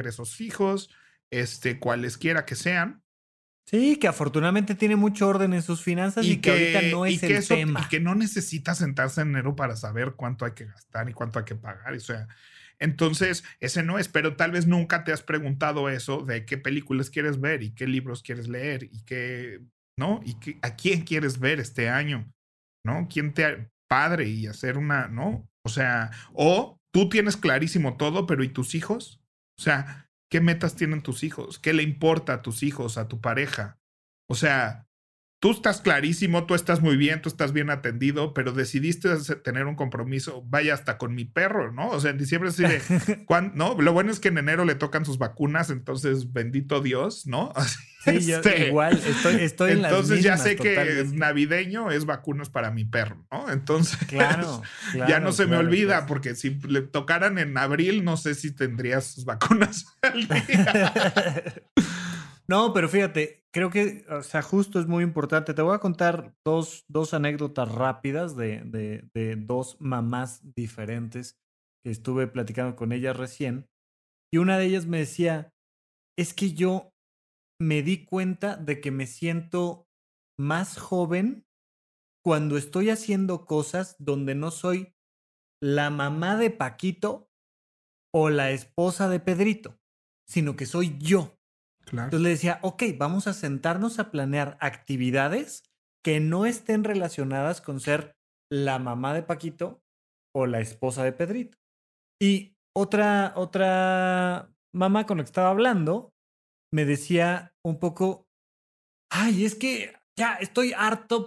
cualesquiera que sean. Sí, que afortunadamente tiene mucho orden en sus finanzas y que ahorita no es el tema. Y que no necesita sentarse en enero para saber cuánto hay que gastar y cuánto hay que pagar. O sea, entonces ese no es, pero tal vez nunca te has preguntado eso de qué películas quieres ver y qué libros quieres leer y ¿no? Y a quién quieres ver este año, ¿no? ¿Quién te padre y hacer ¿no? O sea, o tú tienes clarísimo todo, pero ¿y tus hijos? O sea, ¿qué metas tienen tus hijos? ¿Qué le importa a tus hijos, a tu pareja? O sea, tú estás clarísimo, tú estás muy bien, tú estás bien atendido, pero decidiste tener un compromiso, vaya hasta con mi perro, ¿no? O sea, en diciembre así de, ¿no? Lo bueno es que en enero le tocan sus vacunas, entonces bendito Dios, ¿no? Sí, yo igual, estoy en las entonces ya mismas, sé que totalmente. navideño es vacunas para mi perro, ¿no? Entonces Claro, ya no se me olvida, pues. porque si le tocaran en abril, no sé si tendría sus vacunas al día. No, pero fíjate, creo que, o sea, justo es muy importante. Te voy a contar dos anécdotas rápidas de dos mamás diferentes que estuve platicando con ellas recién. Y una de ellas me decía, es que yo me di cuenta de que me siento más joven cuando estoy haciendo cosas donde no soy la mamá de Paquito o la esposa de Pedrito, sino que soy yo. Claro. Entonces le decía, ok, vamos a sentarnos a planear actividades que no estén relacionadas con ser la mamá de Paquito o la esposa de Pedrito. Y otra mamá con la que estaba hablando me decía un poco, ay, es que ya estoy harta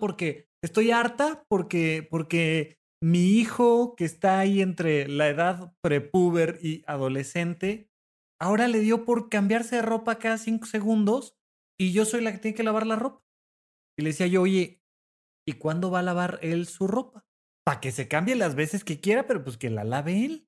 porque mi hijo que está ahí entre la edad prepúber y adolescente, ahora le dio por cambiarse de ropa cada 5 segundos y yo soy la que tiene que lavar la ropa. Y le decía yo, oye, ¿y cuándo va a lavar él su ropa? Para que se cambie las veces que quiera, pero pues que la lave él.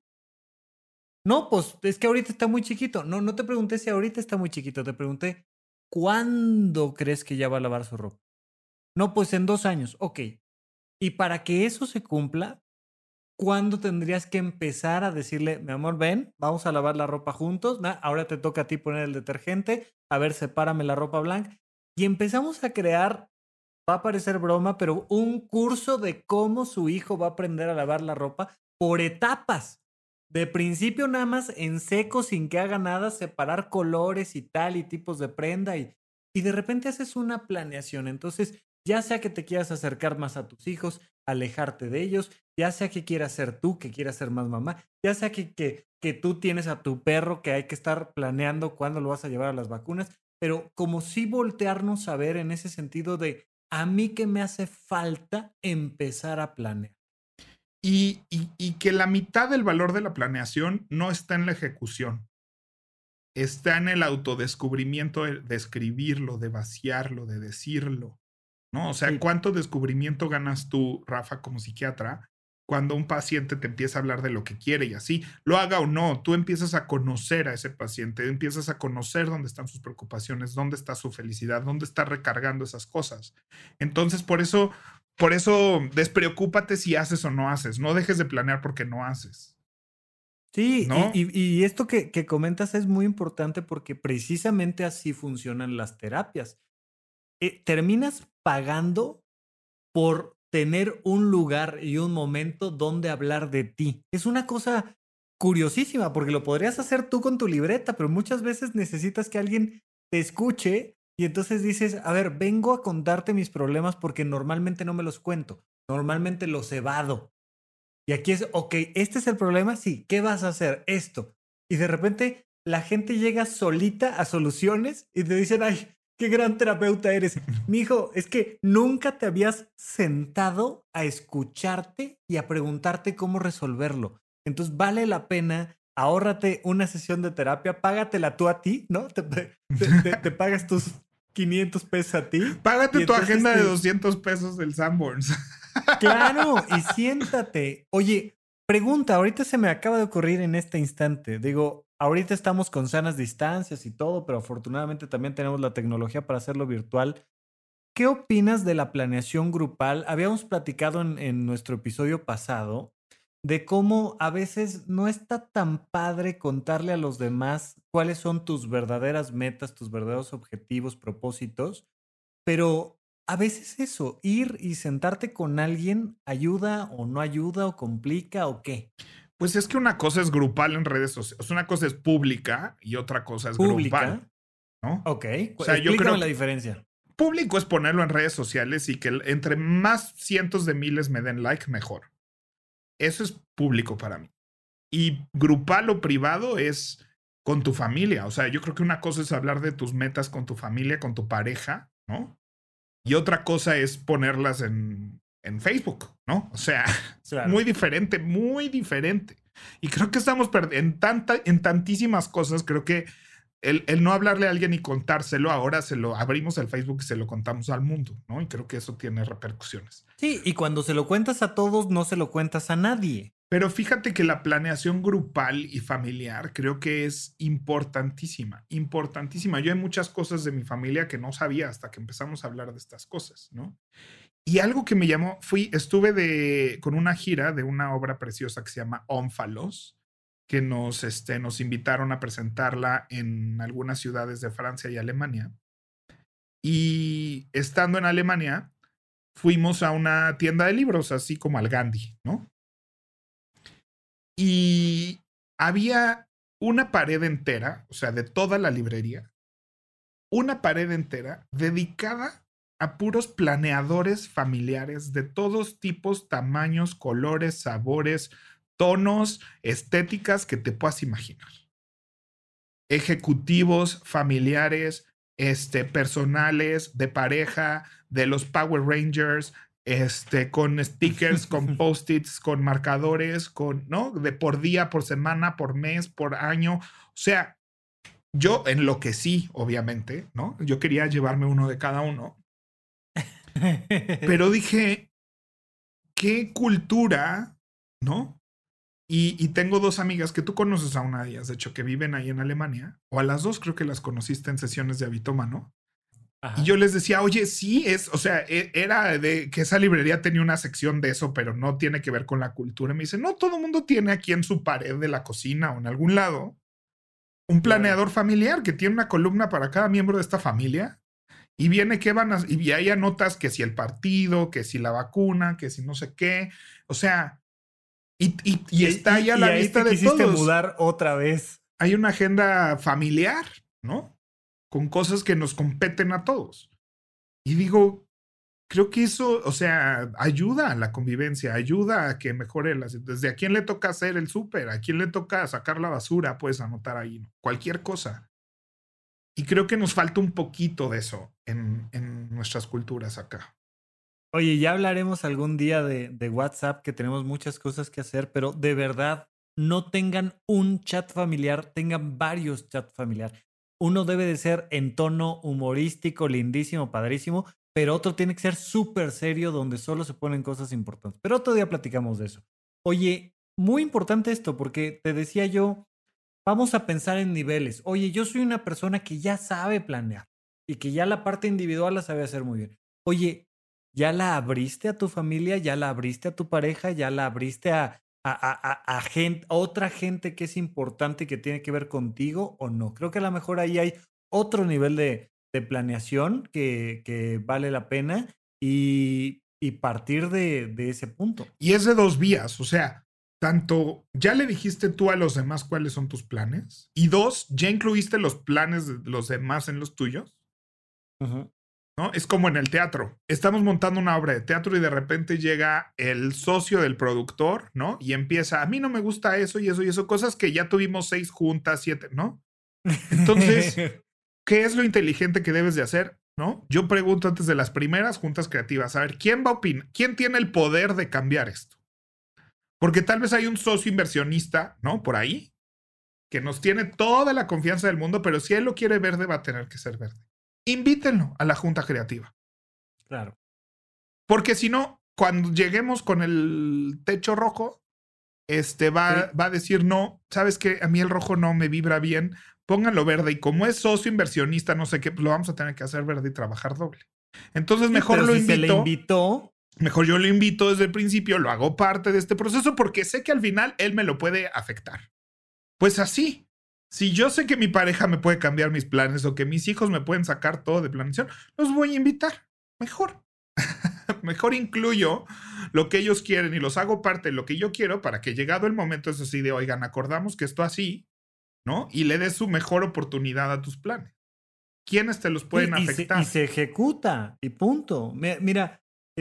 No, pues es que ahorita está muy chiquito. No te pregunté si ahorita está muy chiquito, te pregunté, ¿cuándo crees que ya va a lavar su ropa? No, pues en 2 años. Ok. Y para que eso se cumpla, ¿cuándo tendrías que empezar a decirle, mi amor, ven, vamos a lavar la ropa juntos? Ahora te toca a ti poner el detergente. A ver, sepárame la ropa blanca. Y empezamos a crear, va a parecer broma, pero un curso de cómo su hijo va a aprender a lavar la ropa por etapas. De principio nada más en seco, sin que haga nada, separar colores y tal y tipos de prenda y de repente haces una planeación. Entonces, ya sea que te quieras acercar más a tus hijos, alejarte de ellos, ya sea que quieras ser tú, que quieras ser más mamá, ya sea que tú tienes a tu perro que hay que estar planeando cuándo lo vas a llevar a las vacunas, pero como si voltearnos a ver en ese sentido de a mí que me hace falta empezar a planear. Y que la mitad del valor de la planeación no está en la ejecución. Está en el autodescubrimiento de escribirlo, de vaciarlo, de decirlo, ¿no? O sea, Sí. ¿cuánto descubrimiento ganas tú, Rafa, como psiquiatra, cuando un paciente te empieza a hablar de lo que quiere y así, lo haga o no, tú empiezas a conocer a ese paciente, empiezas a conocer dónde están sus preocupaciones, dónde está su felicidad, dónde está recargando esas cosas. Entonces, por eso, despreocúpate si haces o no haces. No dejes de planear porque no haces. Sí, ¿No? y esto que comentas es muy importante porque precisamente así funcionan las terapias. Terminas pagando por tener un lugar y un momento donde hablar de ti. Es una cosa curiosísima porque lo podrías hacer tú con tu libreta, pero muchas veces necesitas que alguien te escuche y entonces dices, a ver, vengo a contarte mis problemas porque normalmente no me los cuento, normalmente los evado. Y aquí es, ok, este es el problema, sí, ¿qué vas a hacer? Esto. Y de repente la gente llega solita a soluciones y te dicen, ay, qué gran terapeuta eres. Mijo, es que nunca te habías sentado a escucharte y a preguntarte cómo resolverlo. Entonces vale la pena, ahórrate una sesión de terapia, págatela tú a ti, ¿no? Te pagas tus 500 pesos a ti. Págate tu agenda de 200 pesos del Sanborns. Claro, y siéntate. Oye, pregunta, ahorita se me acaba de ocurrir en este instante. Digo, ahorita estamos con sanas distancias y todo, pero afortunadamente también tenemos la tecnología para hacerlo virtual. ¿Qué opinas de la planeación grupal? Habíamos platicado en nuestro episodio pasado de cómo a veces no está tan padre contarle a los demás cuáles son tus verdaderas metas, tus verdaderos objetivos, propósitos, pero a veces eso, ir y sentarte con alguien, ¿ayuda o no ayuda o complica o qué? Pues es que una cosa es grupal en redes sociales, una cosa es pública y otra cosa es ¿Pública? grupal, ¿no? Ok, O sea, yo explícame creo la diferencia. público es ponerlo en redes sociales y que entre más cientos de miles me den like, mejor. Eso es público para mí. Y grupal o privado es con tu familia. O sea, yo creo que una cosa es hablar de tus metas con tu familia, con tu pareja, ¿no? Y otra cosa es ponerlas en Facebook, ¿no? O sea, Claro. muy diferente, muy diferente. Y creo que estamos en tantísimas cosas. Creo que el no hablarle a alguien y contárselo, ahora se lo abrimos al Facebook y se lo contamos al mundo, ¿no? Y creo que eso tiene repercusiones. Sí, y cuando se lo cuentas a todos, no se lo cuentas a nadie. Pero fíjate que la planeación grupal y familiar creo que es importantísima, importantísima. Yo hay muchas cosas de mi familia que no sabía hasta que empezamos a hablar de estas cosas, ¿no? Y algo que me llamó, estuve con una gira de una obra preciosa que se llama Ónfalos, que nos invitaron a presentarla en algunas ciudades de Francia y Alemania. Y estando en Alemania, fuimos a una tienda de libros, así como al Gandhi, ¿no? Y había una pared entera, o sea, de toda la librería, una pared entera dedicada a puros planeadores familiares de todos tipos, tamaños, colores, sabores, tonos, estéticas que te puedas imaginar. Ejecutivos, familiares, personales, de pareja, de los Power Rangers, con stickers, con post-its, con marcadores, ¿no? De por día, por semana, por mes, por año. O sea, yo enloquecí, obviamente, ¿no? Yo quería llevarme uno de cada uno. Pero dije, qué cultura, ¿no? Y tengo dos amigas que tú conoces a una de ellas, de hecho, que viven ahí en Alemania, o a las dos creo que las conociste en sesiones de Habitómano. Ajá. Y yo les decía, oye, sí, era de que esa librería tenía una sección de eso, pero no tiene que ver con la cultura. Y me dice, no, todo el mundo tiene aquí en su pared de la cocina o en algún lado un planeador familiar que tiene una columna para cada miembro de esta familia. Y viene que y ahí anotas que si el partido, que si la vacuna, que si no sé qué. O sea, y está ahí a la vista de todos. Y quisiste mudar otra vez. Hay una agenda familiar, ¿no? Con cosas que nos competen a todos. Y digo, creo que eso, o sea, ayuda a la convivencia, ayuda a que mejore desde a quién le toca hacer el súper, a quién le toca sacar la basura, puedes anotar ahí, ¿no? Cualquier cosa. Y creo que nos falta un poquito de eso en nuestras culturas acá. Oye, ya hablaremos algún día de WhatsApp, que tenemos muchas cosas que hacer, pero de verdad, no tengan un chat familiar, tengan varios chats familiar. Uno debe de ser en tono humorístico, lindísimo, padrísimo, pero otro tiene que ser súper serio, donde solo se ponen cosas importantes. Pero otro día platicamos de eso. Oye, muy importante esto, porque te decía yo, vamos a pensar en niveles. Oye, yo soy una persona que ya sabe planear y que ya la parte individual la sabe hacer muy bien. Oye, ¿ya la abriste a tu familia? ¿Ya la abriste a tu pareja? ¿Ya la abriste a otra gente que es importante y que tiene que ver contigo o no? Creo que a lo mejor ahí hay otro nivel de planeación que vale la pena y partir de ese punto. Y es de dos vías, o sea, tanto ya le dijiste tú a los demás cuáles son tus planes, y dos, ya incluiste los planes de los demás en los tuyos. Uh-huh. ¿No? Es como en el teatro. Estamos montando una obra de teatro y de repente llega el socio del productor, ¿no? Y empieza, a mí no me gusta eso y eso y eso, cosas que ya tuvimos 6 juntas, 7, ¿no? Entonces, ¿qué es lo inteligente que debes de hacer? ¿No? Yo pregunto antes de las primeras juntas creativas, a ver, ¿quién va a opinar? ¿Quién tiene el poder de cambiar esto? Porque tal vez hay un socio inversionista, ¿no? Por ahí, que nos tiene toda la confianza del mundo, pero si él lo quiere verde, va a tener que ser verde. Invítenlo a la junta creativa. Claro. Porque si no, cuando lleguemos con el techo rojo, va a decir, no, ¿sabes qué? A mí el rojo no me vibra bien, pónganlo verde. Y como es socio inversionista, no sé qué, lo vamos a tener que hacer verde y trabajar doble. Entonces, mejor lo invito. Se le invitó. Mejor yo lo invito desde el principio, lo hago parte de este proceso porque sé que al final él me lo puede afectar. Pues así. Si yo sé que mi pareja me puede cambiar mis planes o que mis hijos me pueden sacar todo de planeación, los voy a invitar. Mejor. Mejor incluyo lo que ellos quieren y los hago parte de lo que yo quiero para que llegado el momento es así de, oigan, acordamos que esto así, ¿no? Y le des su mejor oportunidad a tus planes. ¿Quiénes te los pueden afectar? Y se ejecuta y punto. Mira,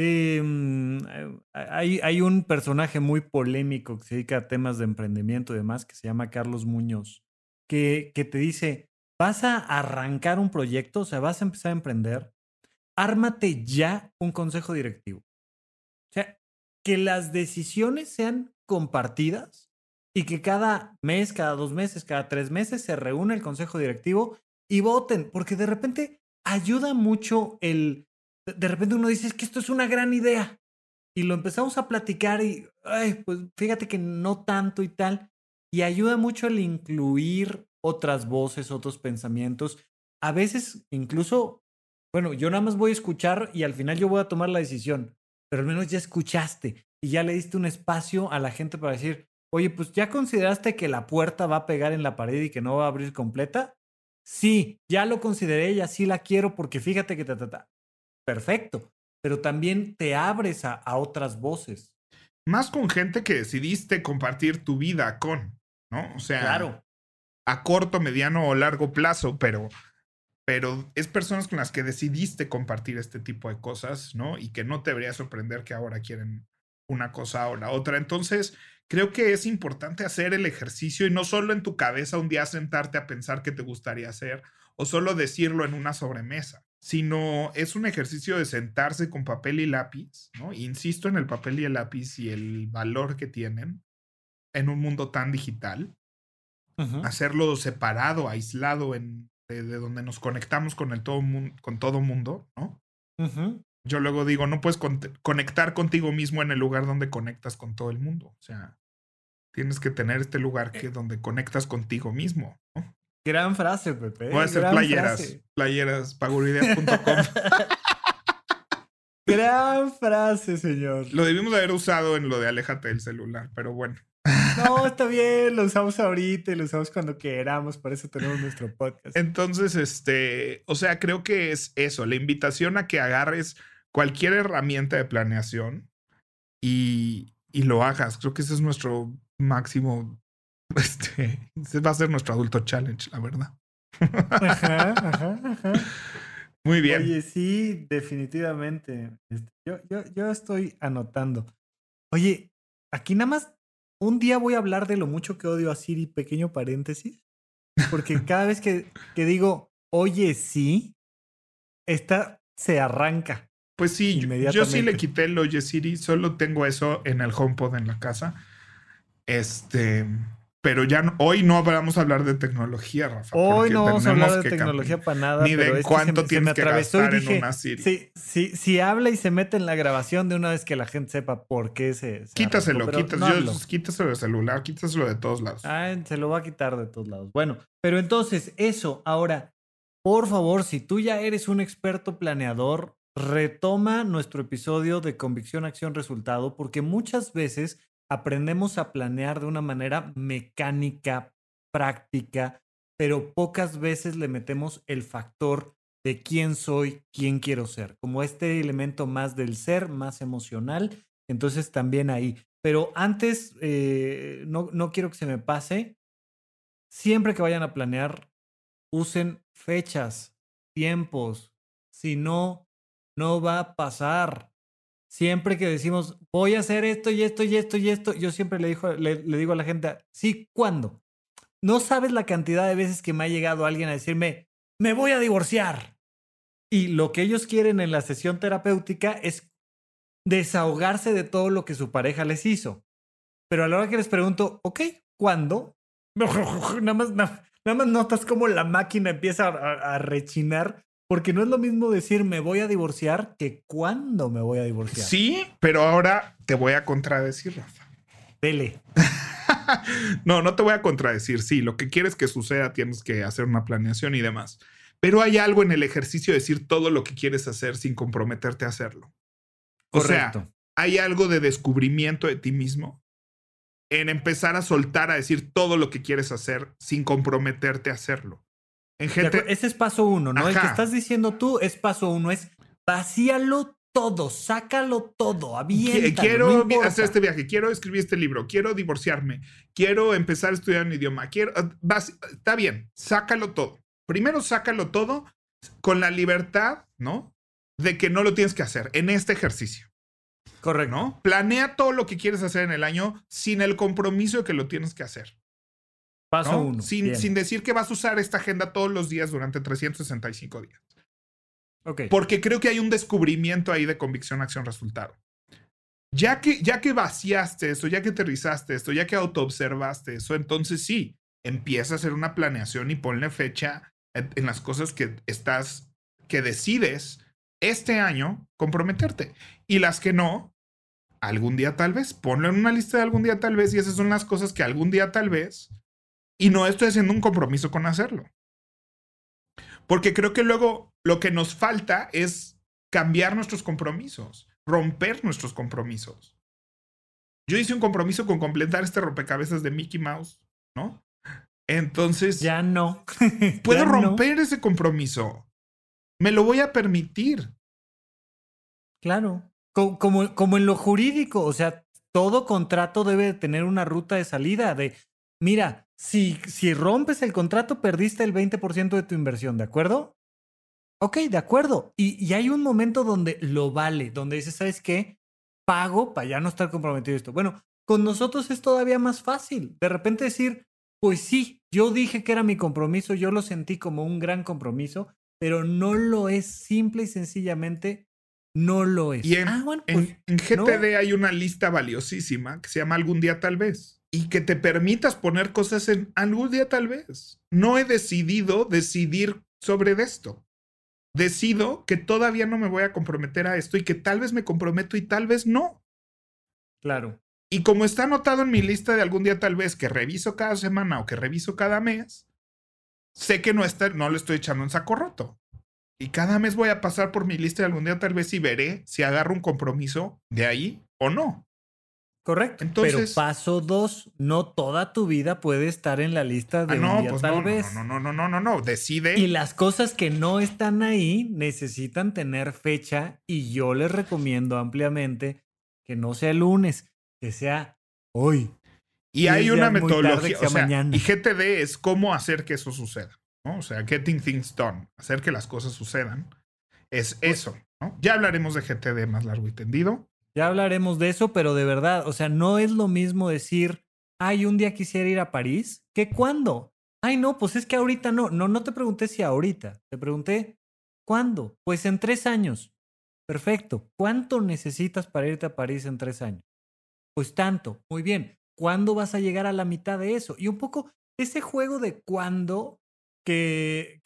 hay un personaje muy polémico que se dedica a temas de emprendimiento y demás, que se llama Carlos Muñoz, que te dice, vas a arrancar un proyecto, o sea, vas a empezar a emprender, ármate ya un consejo directivo. O sea, que las decisiones sean compartidas y que cada mes, cada 2 meses, cada 3 meses se reúne el consejo directivo y voten, porque de repente ayuda mucho de repente uno dice, es que esto es una gran idea. Y lo empezamos a platicar y, ay, pues fíjate que no tanto y tal. Y ayuda mucho el incluir otras voces, otros pensamientos. A veces incluso, bueno, yo nada más voy a escuchar y al final yo voy a tomar la decisión. Pero al menos ya escuchaste y ya le diste un espacio a la gente para decir, oye, pues ¿ya consideraste que la puerta va a pegar en la pared y que no va a abrir completa? Sí, ya lo consideré y así la quiero porque fíjate que perfecto. Pero también te abres a otras voces. Más con gente que decidiste compartir tu vida con, ¿no? O sea, claro, a corto, mediano o largo plazo, pero es personas con las que decidiste compartir este tipo de cosas, ¿no? Y que no te debería sorprender que ahora quieren una cosa o la otra. Entonces, creo que es importante hacer el ejercicio y no solo en tu cabeza un día sentarte a pensar qué te gustaría hacer o solo decirlo en una sobremesa, sino es un ejercicio de sentarse con papel y lápiz, ¿no? Insisto en el papel y el lápiz y el valor que tienen en un mundo tan digital. Hacerlo separado, aislado de donde nos conectamos con con todo mundo, ¿no? Yo luego digo, no puedes conectar contigo mismo en el lugar donde conectas con todo el mundo. O sea, tienes que tener este lugar donde conectas contigo mismo, ¿no? Gran frase, Pepe. Voy a hacer playeras, paguridad.com. Gran frase, señor. Lo debimos haber usado en lo de aléjate del celular, pero bueno. No, está bien, lo usamos ahorita y lo usamos cuando queramos, por eso tenemos nuestro podcast. Entonces, o sea, creo que es eso, la invitación a que agarres cualquier herramienta de planeación y lo hagas. Creo que ese es nuestro máximo, ese va a ser nuestro adulto challenge, la verdad. Ajá. Muy bien. Oye, sí, definitivamente. Yo estoy anotando. Oye, aquí nada más un día voy a hablar de lo mucho que odio a Siri, pequeño paréntesis, porque cada vez que digo, oye, sí, esta se arranca. Pues sí, yo sí le quité el oye Siri, solo tengo eso en el HomePod en la casa. Pero ya hoy no vamos a hablar de tecnología, Rafa. Hoy no vamos a hablar de tecnología para nada. Ni de cuánto tienes que gastar en una Siri. Si habla y se mete en la grabación de una vez que la gente sepa por qué se quítaselo del celular, quítaselo de todos lados. Se lo va a quitar de todos lados. Bueno, pero entonces eso, ahora, por favor, si tú ya eres un experto planeador, retoma nuestro episodio de Convicción, Acción, Resultado, porque muchas veces aprendemos a planear de una manera mecánica, práctica, pero pocas veces le metemos el factor de quién soy, quién quiero ser, como este elemento más del ser, más emocional. Entonces también ahí. Pero antes, no quiero que se me pase, siempre que vayan a planear, usen fechas, tiempos, si no, no va a pasar. Siempre que decimos, voy a hacer esto y esto y esto y esto, yo siempre le digo a la gente, sí, ¿cuándo? No sabes la cantidad de veces que me ha llegado alguien a decirme, me voy a divorciar. Y lo que ellos quieren en la sesión terapéutica es desahogarse de todo lo que su pareja les hizo. Pero a la hora que les pregunto, ok, ¿cuándo? Nada más notas cómo la máquina empieza a rechinar. Porque no es lo mismo decir me voy a divorciar que cuándo me voy a divorciar. Sí, pero ahora te voy a contradecir, Rafa. Dele. No te voy a contradecir. Sí, lo que quieres que suceda tienes que hacer una planeación y demás. Pero hay algo en el ejercicio de decir todo lo que quieres hacer sin comprometerte a hacerlo. Correcto. O sea, hay algo de descubrimiento de ti mismo en empezar a soltar, a decir todo lo que quieres hacer sin comprometerte a hacerlo. Ese es paso 1, ¿no? Ajá. El que estás diciendo tú es paso 1, es vacíalo todo, sácalo todo, aviéntalo. Quiero hacer este viaje, quiero escribir este libro, quiero divorciarme, quiero empezar a estudiar un idioma, está bien, sácalo todo. Primero sácalo todo con la libertad, ¿no? De que no lo tienes que hacer en este ejercicio. Correcto. ¿No? Planea todo lo que quieres hacer en el año sin el compromiso de que lo tienes que hacer. Paso 1. Sin decir que vas a usar esta agenda todos los días durante 365 días. Ok. Porque creo que hay un descubrimiento ahí de convicción, acción, resultado. Ya que vaciaste eso, ya que aterrizaste esto, ya que autoobservaste eso, entonces sí, empieza a hacer una planeación y ponle fecha en las cosas que decides este año comprometerte. Y las que no, algún día tal vez, ponlo en una lista de algún día tal vez, y esas son las cosas que algún día tal vez, y no estoy haciendo un compromiso con hacerlo. Porque creo que luego lo que nos falta es cambiar nuestros compromisos, romper nuestros compromisos. Yo hice un compromiso con completar este rompecabezas de Mickey Mouse, ¿no? Entonces, ya no. puedo ya romper ese compromiso. Me lo voy a permitir. Claro. Como en lo jurídico, o sea, todo contrato debe de tener una ruta de salida de, mira, si rompes el contrato, perdiste el 20% de tu inversión, ¿de acuerdo? Ok, de acuerdo. Y hay un momento donde lo vale, donde dices, ¿sabes qué? Pago para ya no estar comprometido esto. Bueno, con nosotros es todavía más fácil. De repente decir, pues sí, yo dije que era mi compromiso, yo lo sentí como un gran compromiso, pero no lo es, simple y sencillamente no lo es. Y en GTD no. hay una lista valiosísima que se llama Algún día tal vez. Y que te permitas poner cosas en algún día tal vez. No he decidir sobre esto. Decido que todavía no me voy a comprometer a esto y que tal vez me comprometo y tal vez no. Claro. Y como está anotado en mi lista de algún día tal vez que reviso cada semana o que reviso cada mes, sé que no lo estoy echando en saco roto. Y cada mes voy a pasar por mi lista de algún día tal vez y veré si agarro un compromiso de ahí o no. Correcto. Entonces, pero paso 2, no toda tu vida puede estar en la lista de un día pues tal vez. No. Decide. Y las cosas que no están ahí necesitan tener fecha y yo les recomiendo ampliamente que no sea el lunes, que sea hoy. Y hay una metodología, o sea, mañana. Y GTD es cómo hacer que eso suceda, ¿no? O sea, getting things done, hacer que las cosas sucedan, es eso, ¿no? Ya hablaremos de GTD más largo y tendido. Ya hablaremos de eso, pero de verdad, o sea, no es lo mismo decir, ay, un día quisiera ir a París, que cuándo. Ay, no, pues es que ahorita no. No te pregunté si ahorita, te pregunté, ¿cuándo? Pues en 3 años. Perfecto. ¿Cuánto necesitas para irte a París en 3 años? Pues tanto. Muy bien. ¿Cuándo vas a llegar a la mitad de eso? Y un poco ese juego de cuándo que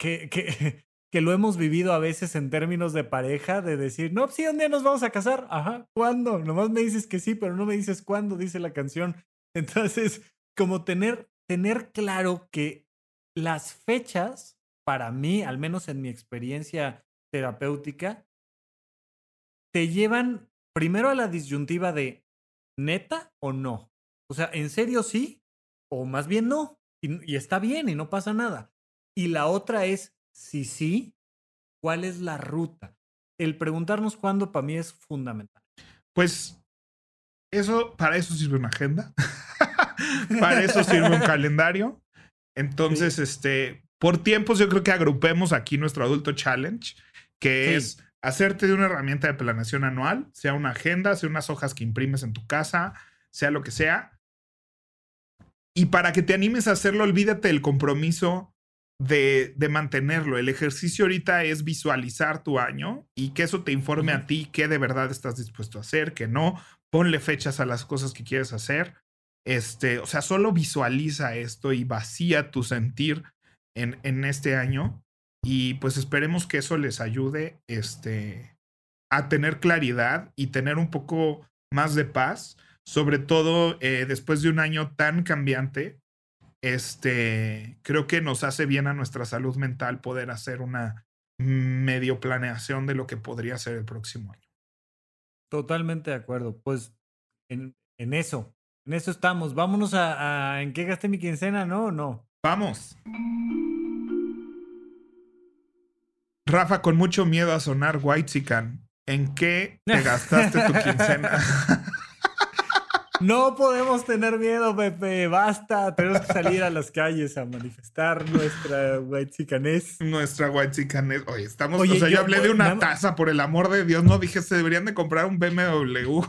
lo hemos vivido a veces en términos de pareja, de decir, no, sí, un día nos vamos a casar. Ajá, ¿cuándo? Nomás me dices que sí, pero no me dices cuándo, dice la canción. Entonces, como tener claro que las fechas, para mí, al menos en mi experiencia terapéutica, te llevan primero a la disyuntiva de ¿neta o no? O sea, ¿en serio sí? O más bien no. Y está bien y no pasa nada. Y la otra es, si sí, ¿cuál es la ruta? El preguntarnos cuándo para mí es fundamental. Pues para eso sirve una agenda. Para eso sirve un calendario. Entonces, sí. Por tiempos yo creo que agrupemos aquí nuestro adulto challenge, que es hacerte de una herramienta de planeación anual, sea una agenda, sea unas hojas que imprimes en tu casa, sea lo que sea. Y para que te animes a hacerlo, olvídate del compromiso de mantenerlo. El ejercicio ahorita es visualizar tu año y que eso te informe a ti qué de verdad estás dispuesto a hacer, qué no. Ponle fechas a las cosas que quieres hacer. O sea, solo visualiza esto y vacía tu sentir en este año. Y pues esperemos que eso les ayude a tener claridad y tener un poco más de paz. Sobre todo después de un año tan cambiante, creo que nos hace bien a nuestra salud mental poder hacer una medio planeación de lo que podría ser el próximo año. Totalmente de acuerdo. Pues en eso estamos. Vámonos a ¿en qué gasté mi quincena? ¿No? No. Vamos. Rafa, con mucho miedo a sonar whitezican, ¿en qué te gastaste tu quincena? No podemos tener miedo, Pepe. Basta. Tenemos que salir a las calles a manifestar nuestra whitezicanés. Nuestra whitezicanés. Oye, yo hablé de una taza, por el amor de Dios. No dije, se deberían de comprar un BMW.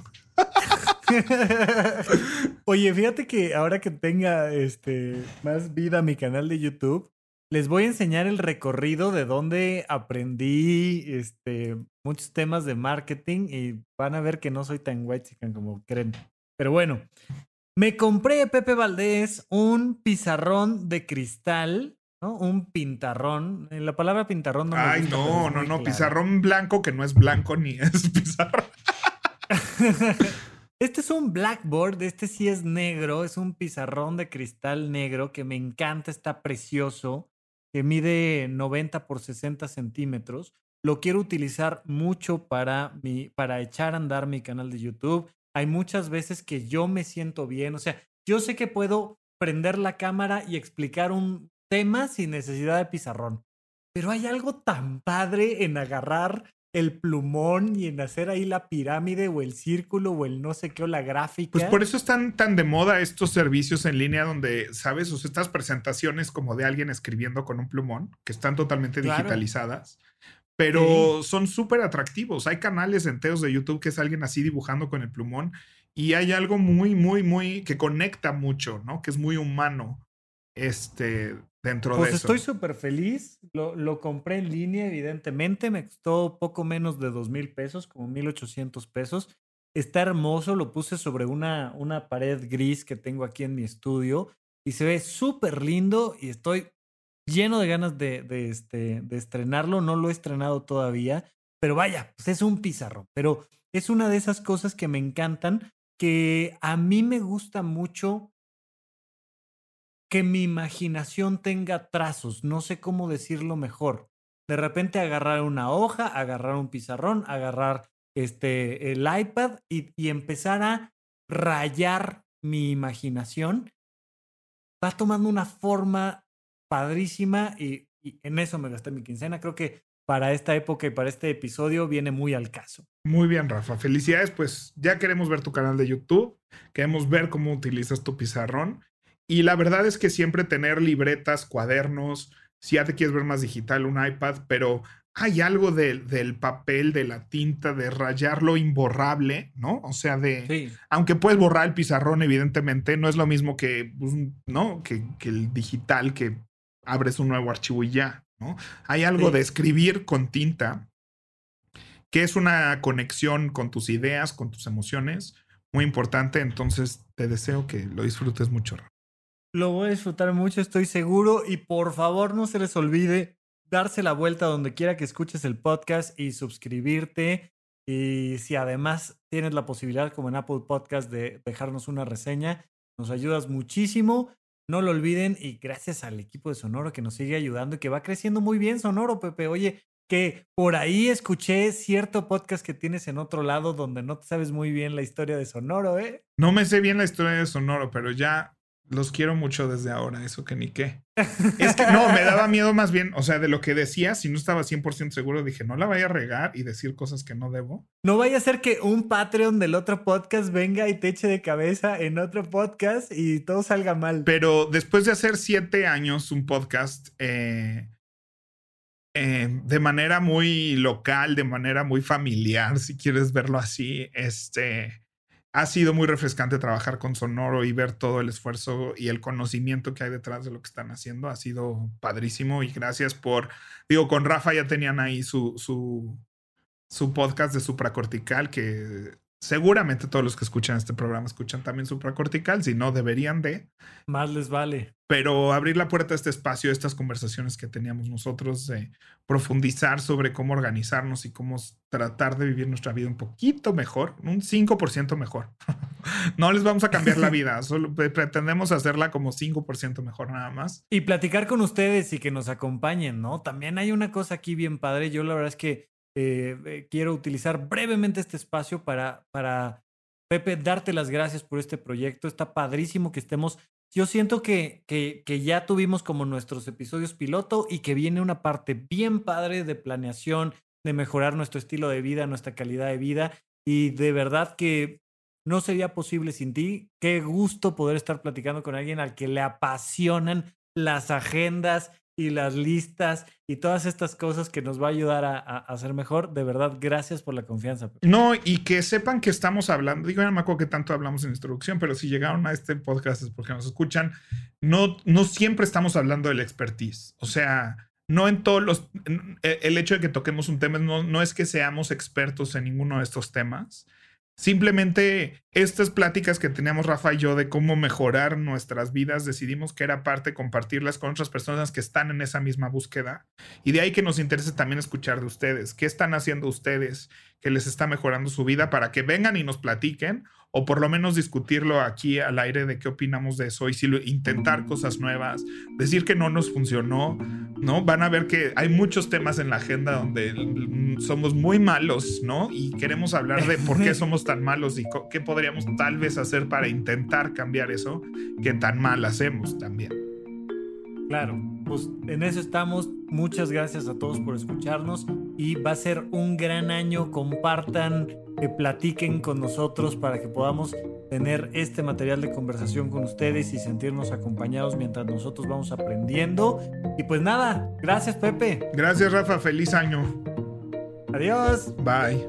Oye, fíjate que ahora que tenga más vida mi canal de YouTube, les voy a enseñar el recorrido de donde aprendí muchos temas de marketing y van a ver que no soy tan whitezican como creen. Pero bueno, me compré, Pepe Valdés, un pizarrón de cristal, ¿no? Un pintarrón. La palabra pintarrón no me Ay, gusta, pero es no, muy clara. pizarrón blanco que no es blanco ni es pizarrón. Este es un blackboard, este sí es negro, es un pizarrón de cristal negro que me encanta, está precioso, que mide 90 por 60 centímetros. Lo quiero utilizar mucho para echar a andar mi canal de YouTube. Hay muchas veces que yo me siento bien, o sea, yo sé que puedo prender la cámara y explicar un tema sin necesidad de pizarrón, pero hay algo tan padre en agarrar el plumón y en hacer ahí la pirámide o el círculo o el no sé qué o la gráfica. Pues por eso están tan de moda estos servicios en línea donde, ¿sabes? O sea, estas presentaciones como de alguien escribiendo con un plumón, que están totalmente digitalizadas, pero son súper atractivos. Hay canales enteros de YouTube que es alguien así dibujando con el plumón y hay algo muy, muy, muy que conecta mucho, ¿no? Que es muy humano dentro de eso. Pues estoy súper feliz. Lo compré en línea, evidentemente. Me costó poco menos de 2,000 pesos, como 1,800 pesos. Está hermoso. Lo puse sobre una pared gris que tengo aquí en mi estudio y se ve súper lindo y estoy lleno de ganas de estrenarlo. No lo he estrenado todavía, pero vaya, pues es un pizarrón. Pero es una de esas cosas que me encantan, que a mí me gusta mucho que mi imaginación tenga trazos, no sé cómo decirlo mejor. De repente agarrar una hoja, agarrar un pizarrón, agarrar el iPad y empezar a rayar mi imaginación. Va tomando una forma padrísima y en eso me gasté mi quincena. Creo que para esta época y para este episodio viene muy al caso. Muy bien, Rafa. Felicidades. Pues ya queremos ver tu canal de YouTube. Queremos ver cómo utilizas tu pizarrón. Y la verdad es que siempre tener libretas, cuadernos, si ya te quieres ver más digital, un iPad, pero hay algo del papel, de la tinta, de rayarlo imborrable, ¿no? O sea, Sí. Aunque puedes borrar el pizarrón, evidentemente, no es lo mismo que, ¿no? Que el digital, que abres un nuevo archivo y ya, ¿no? Hay algo de escribir con tinta, que es una conexión con tus ideas, con tus emociones, muy importante. Entonces, te deseo que lo disfrutes mucho, Rafa. Lo voy a disfrutar mucho, estoy seguro. Y por favor, no se les olvide darse la vuelta donde quiera que escuches el podcast y suscribirte. Y si además tienes la posibilidad, como en Apple Podcast, de dejarnos una reseña, nos ayudas muchísimo. No lo olviden. Y gracias al equipo de Sonoro que nos sigue ayudando y que va creciendo muy bien, Sonoro, Pepe. Oye, que por ahí escuché cierto podcast que tienes en otro lado donde no te sabes muy bien la historia de Sonoro, ¿eh? No me sé bien la historia de Sonoro, pero ya los quiero mucho desde ahora, eso que ni qué. Es que no, me daba miedo más bien, o sea, de lo que decía, si no estaba 100% seguro, dije, no la vaya a regar y decir cosas que no debo. No vaya a ser que un Patreon del otro podcast venga y te eche de cabeza en otro podcast y todo salga mal. Pero después de hacer 7 años un podcast, de manera muy local, de manera muy familiar, si quieres verlo así, ha sido muy refrescante trabajar con Sonoro y ver todo el esfuerzo y el conocimiento que hay detrás de lo que están haciendo. Ha sido padrísimo y gracias con Rafa ya tenían ahí su podcast de supracortical, que seguramente todos los que escuchan este programa escuchan también supracortical, si no deberían de. Más les vale. Pero abrir la puerta a este espacio, a estas conversaciones que teníamos nosotros, de profundizar sobre cómo organizarnos y cómo tratar de vivir nuestra vida un poquito mejor, un 5% mejor. No les vamos a cambiar la vida, solo pretendemos hacerla como 5% mejor nada más. Y platicar con ustedes y que nos acompañen, ¿no? También hay una cosa aquí bien padre. Yo la verdad es que quiero utilizar brevemente este espacio para Pepe, darte las gracias por este proyecto. Está padrísimo que estemos. Yo siento que ya tuvimos como nuestros episodios piloto y que viene una parte bien padre de planeación, de mejorar nuestro estilo de vida, nuestra calidad de vida. Y de verdad que no sería posible sin ti. Qué gusto poder estar platicando con alguien al que le apasionan las agendas y las listas y todas estas cosas que nos va a ayudar a hacer mejor. De verdad, gracias por la confianza. No, y que sepan que estamos hablando, digo, no me acuerdo que tanto hablamos en introducción, pero si llegaron a este podcast es porque nos escuchan. No siempre estamos hablando del expertise. O sea, no en todos los... El hecho de que toquemos un tema no es que seamos expertos en ninguno de estos temas. Simplemente estas pláticas que teníamos Rafa y yo de cómo mejorar nuestras vidas, decidimos que era parte compartirlas con otras personas que están en esa misma búsqueda. Y de ahí que nos interese también escuchar de ustedes. ¿Qué están haciendo ustedes que les está mejorando su vida para que vengan y nos platiquen? O por lo menos discutirlo aquí al aire de qué opinamos de eso y si intentar cosas nuevas, decir que no nos funcionó, ¿no? Van a ver que hay muchos temas en la agenda donde somos muy malos, ¿no? Y queremos hablar de por qué somos tan malos y qué podríamos tal vez hacer para intentar cambiar eso que tan mal hacemos también. Claro, pues en eso estamos. Muchas gracias a todos por escucharnos y va a ser un gran año. Compartan, platiquen con nosotros para que podamos tener este material de conversación con ustedes y sentirnos acompañados mientras nosotros vamos aprendiendo. Y pues nada, gracias Pepe. Gracias Rafa, feliz año. Adiós. Bye.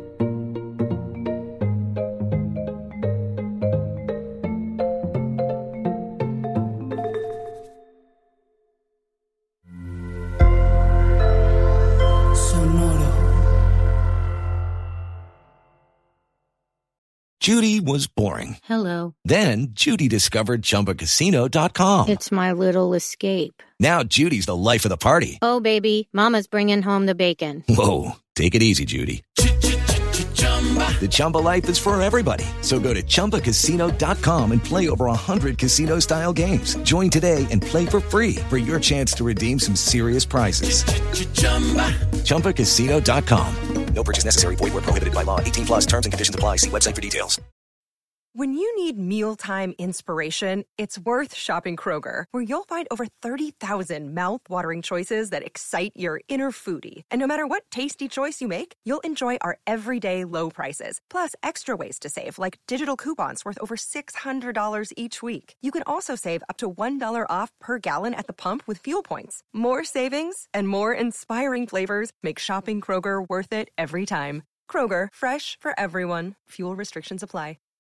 Judy was boring. Hello. Then Judy discovered ChumbaCasino.com. It's my little escape. Now Judy's the life of the party. Oh, baby, mama's bringing home the bacon. Whoa, take it easy, Judy. The Chumba life is for everybody. So go to ChumbaCasino.com and play over 100 casino-style games. Join today and play for free for your chance to redeem some serious prizes. ChumbaCasino.com. No purchase necessary. Void where prohibited by law. 18 plus terms and conditions apply. See website for details. When you need mealtime inspiration, it's worth shopping Kroger, where you'll find over 30,000 mouth-watering choices that excite your inner foodie. And no matter what tasty choice you make, you'll enjoy our everyday low prices, plus extra ways to save, like digital coupons worth over $600 each week. You can also save up to $1 off per gallon at the pump with fuel points. More savings and more inspiring flavors make shopping Kroger worth it every time. Kroger, fresh for everyone. Fuel restrictions apply.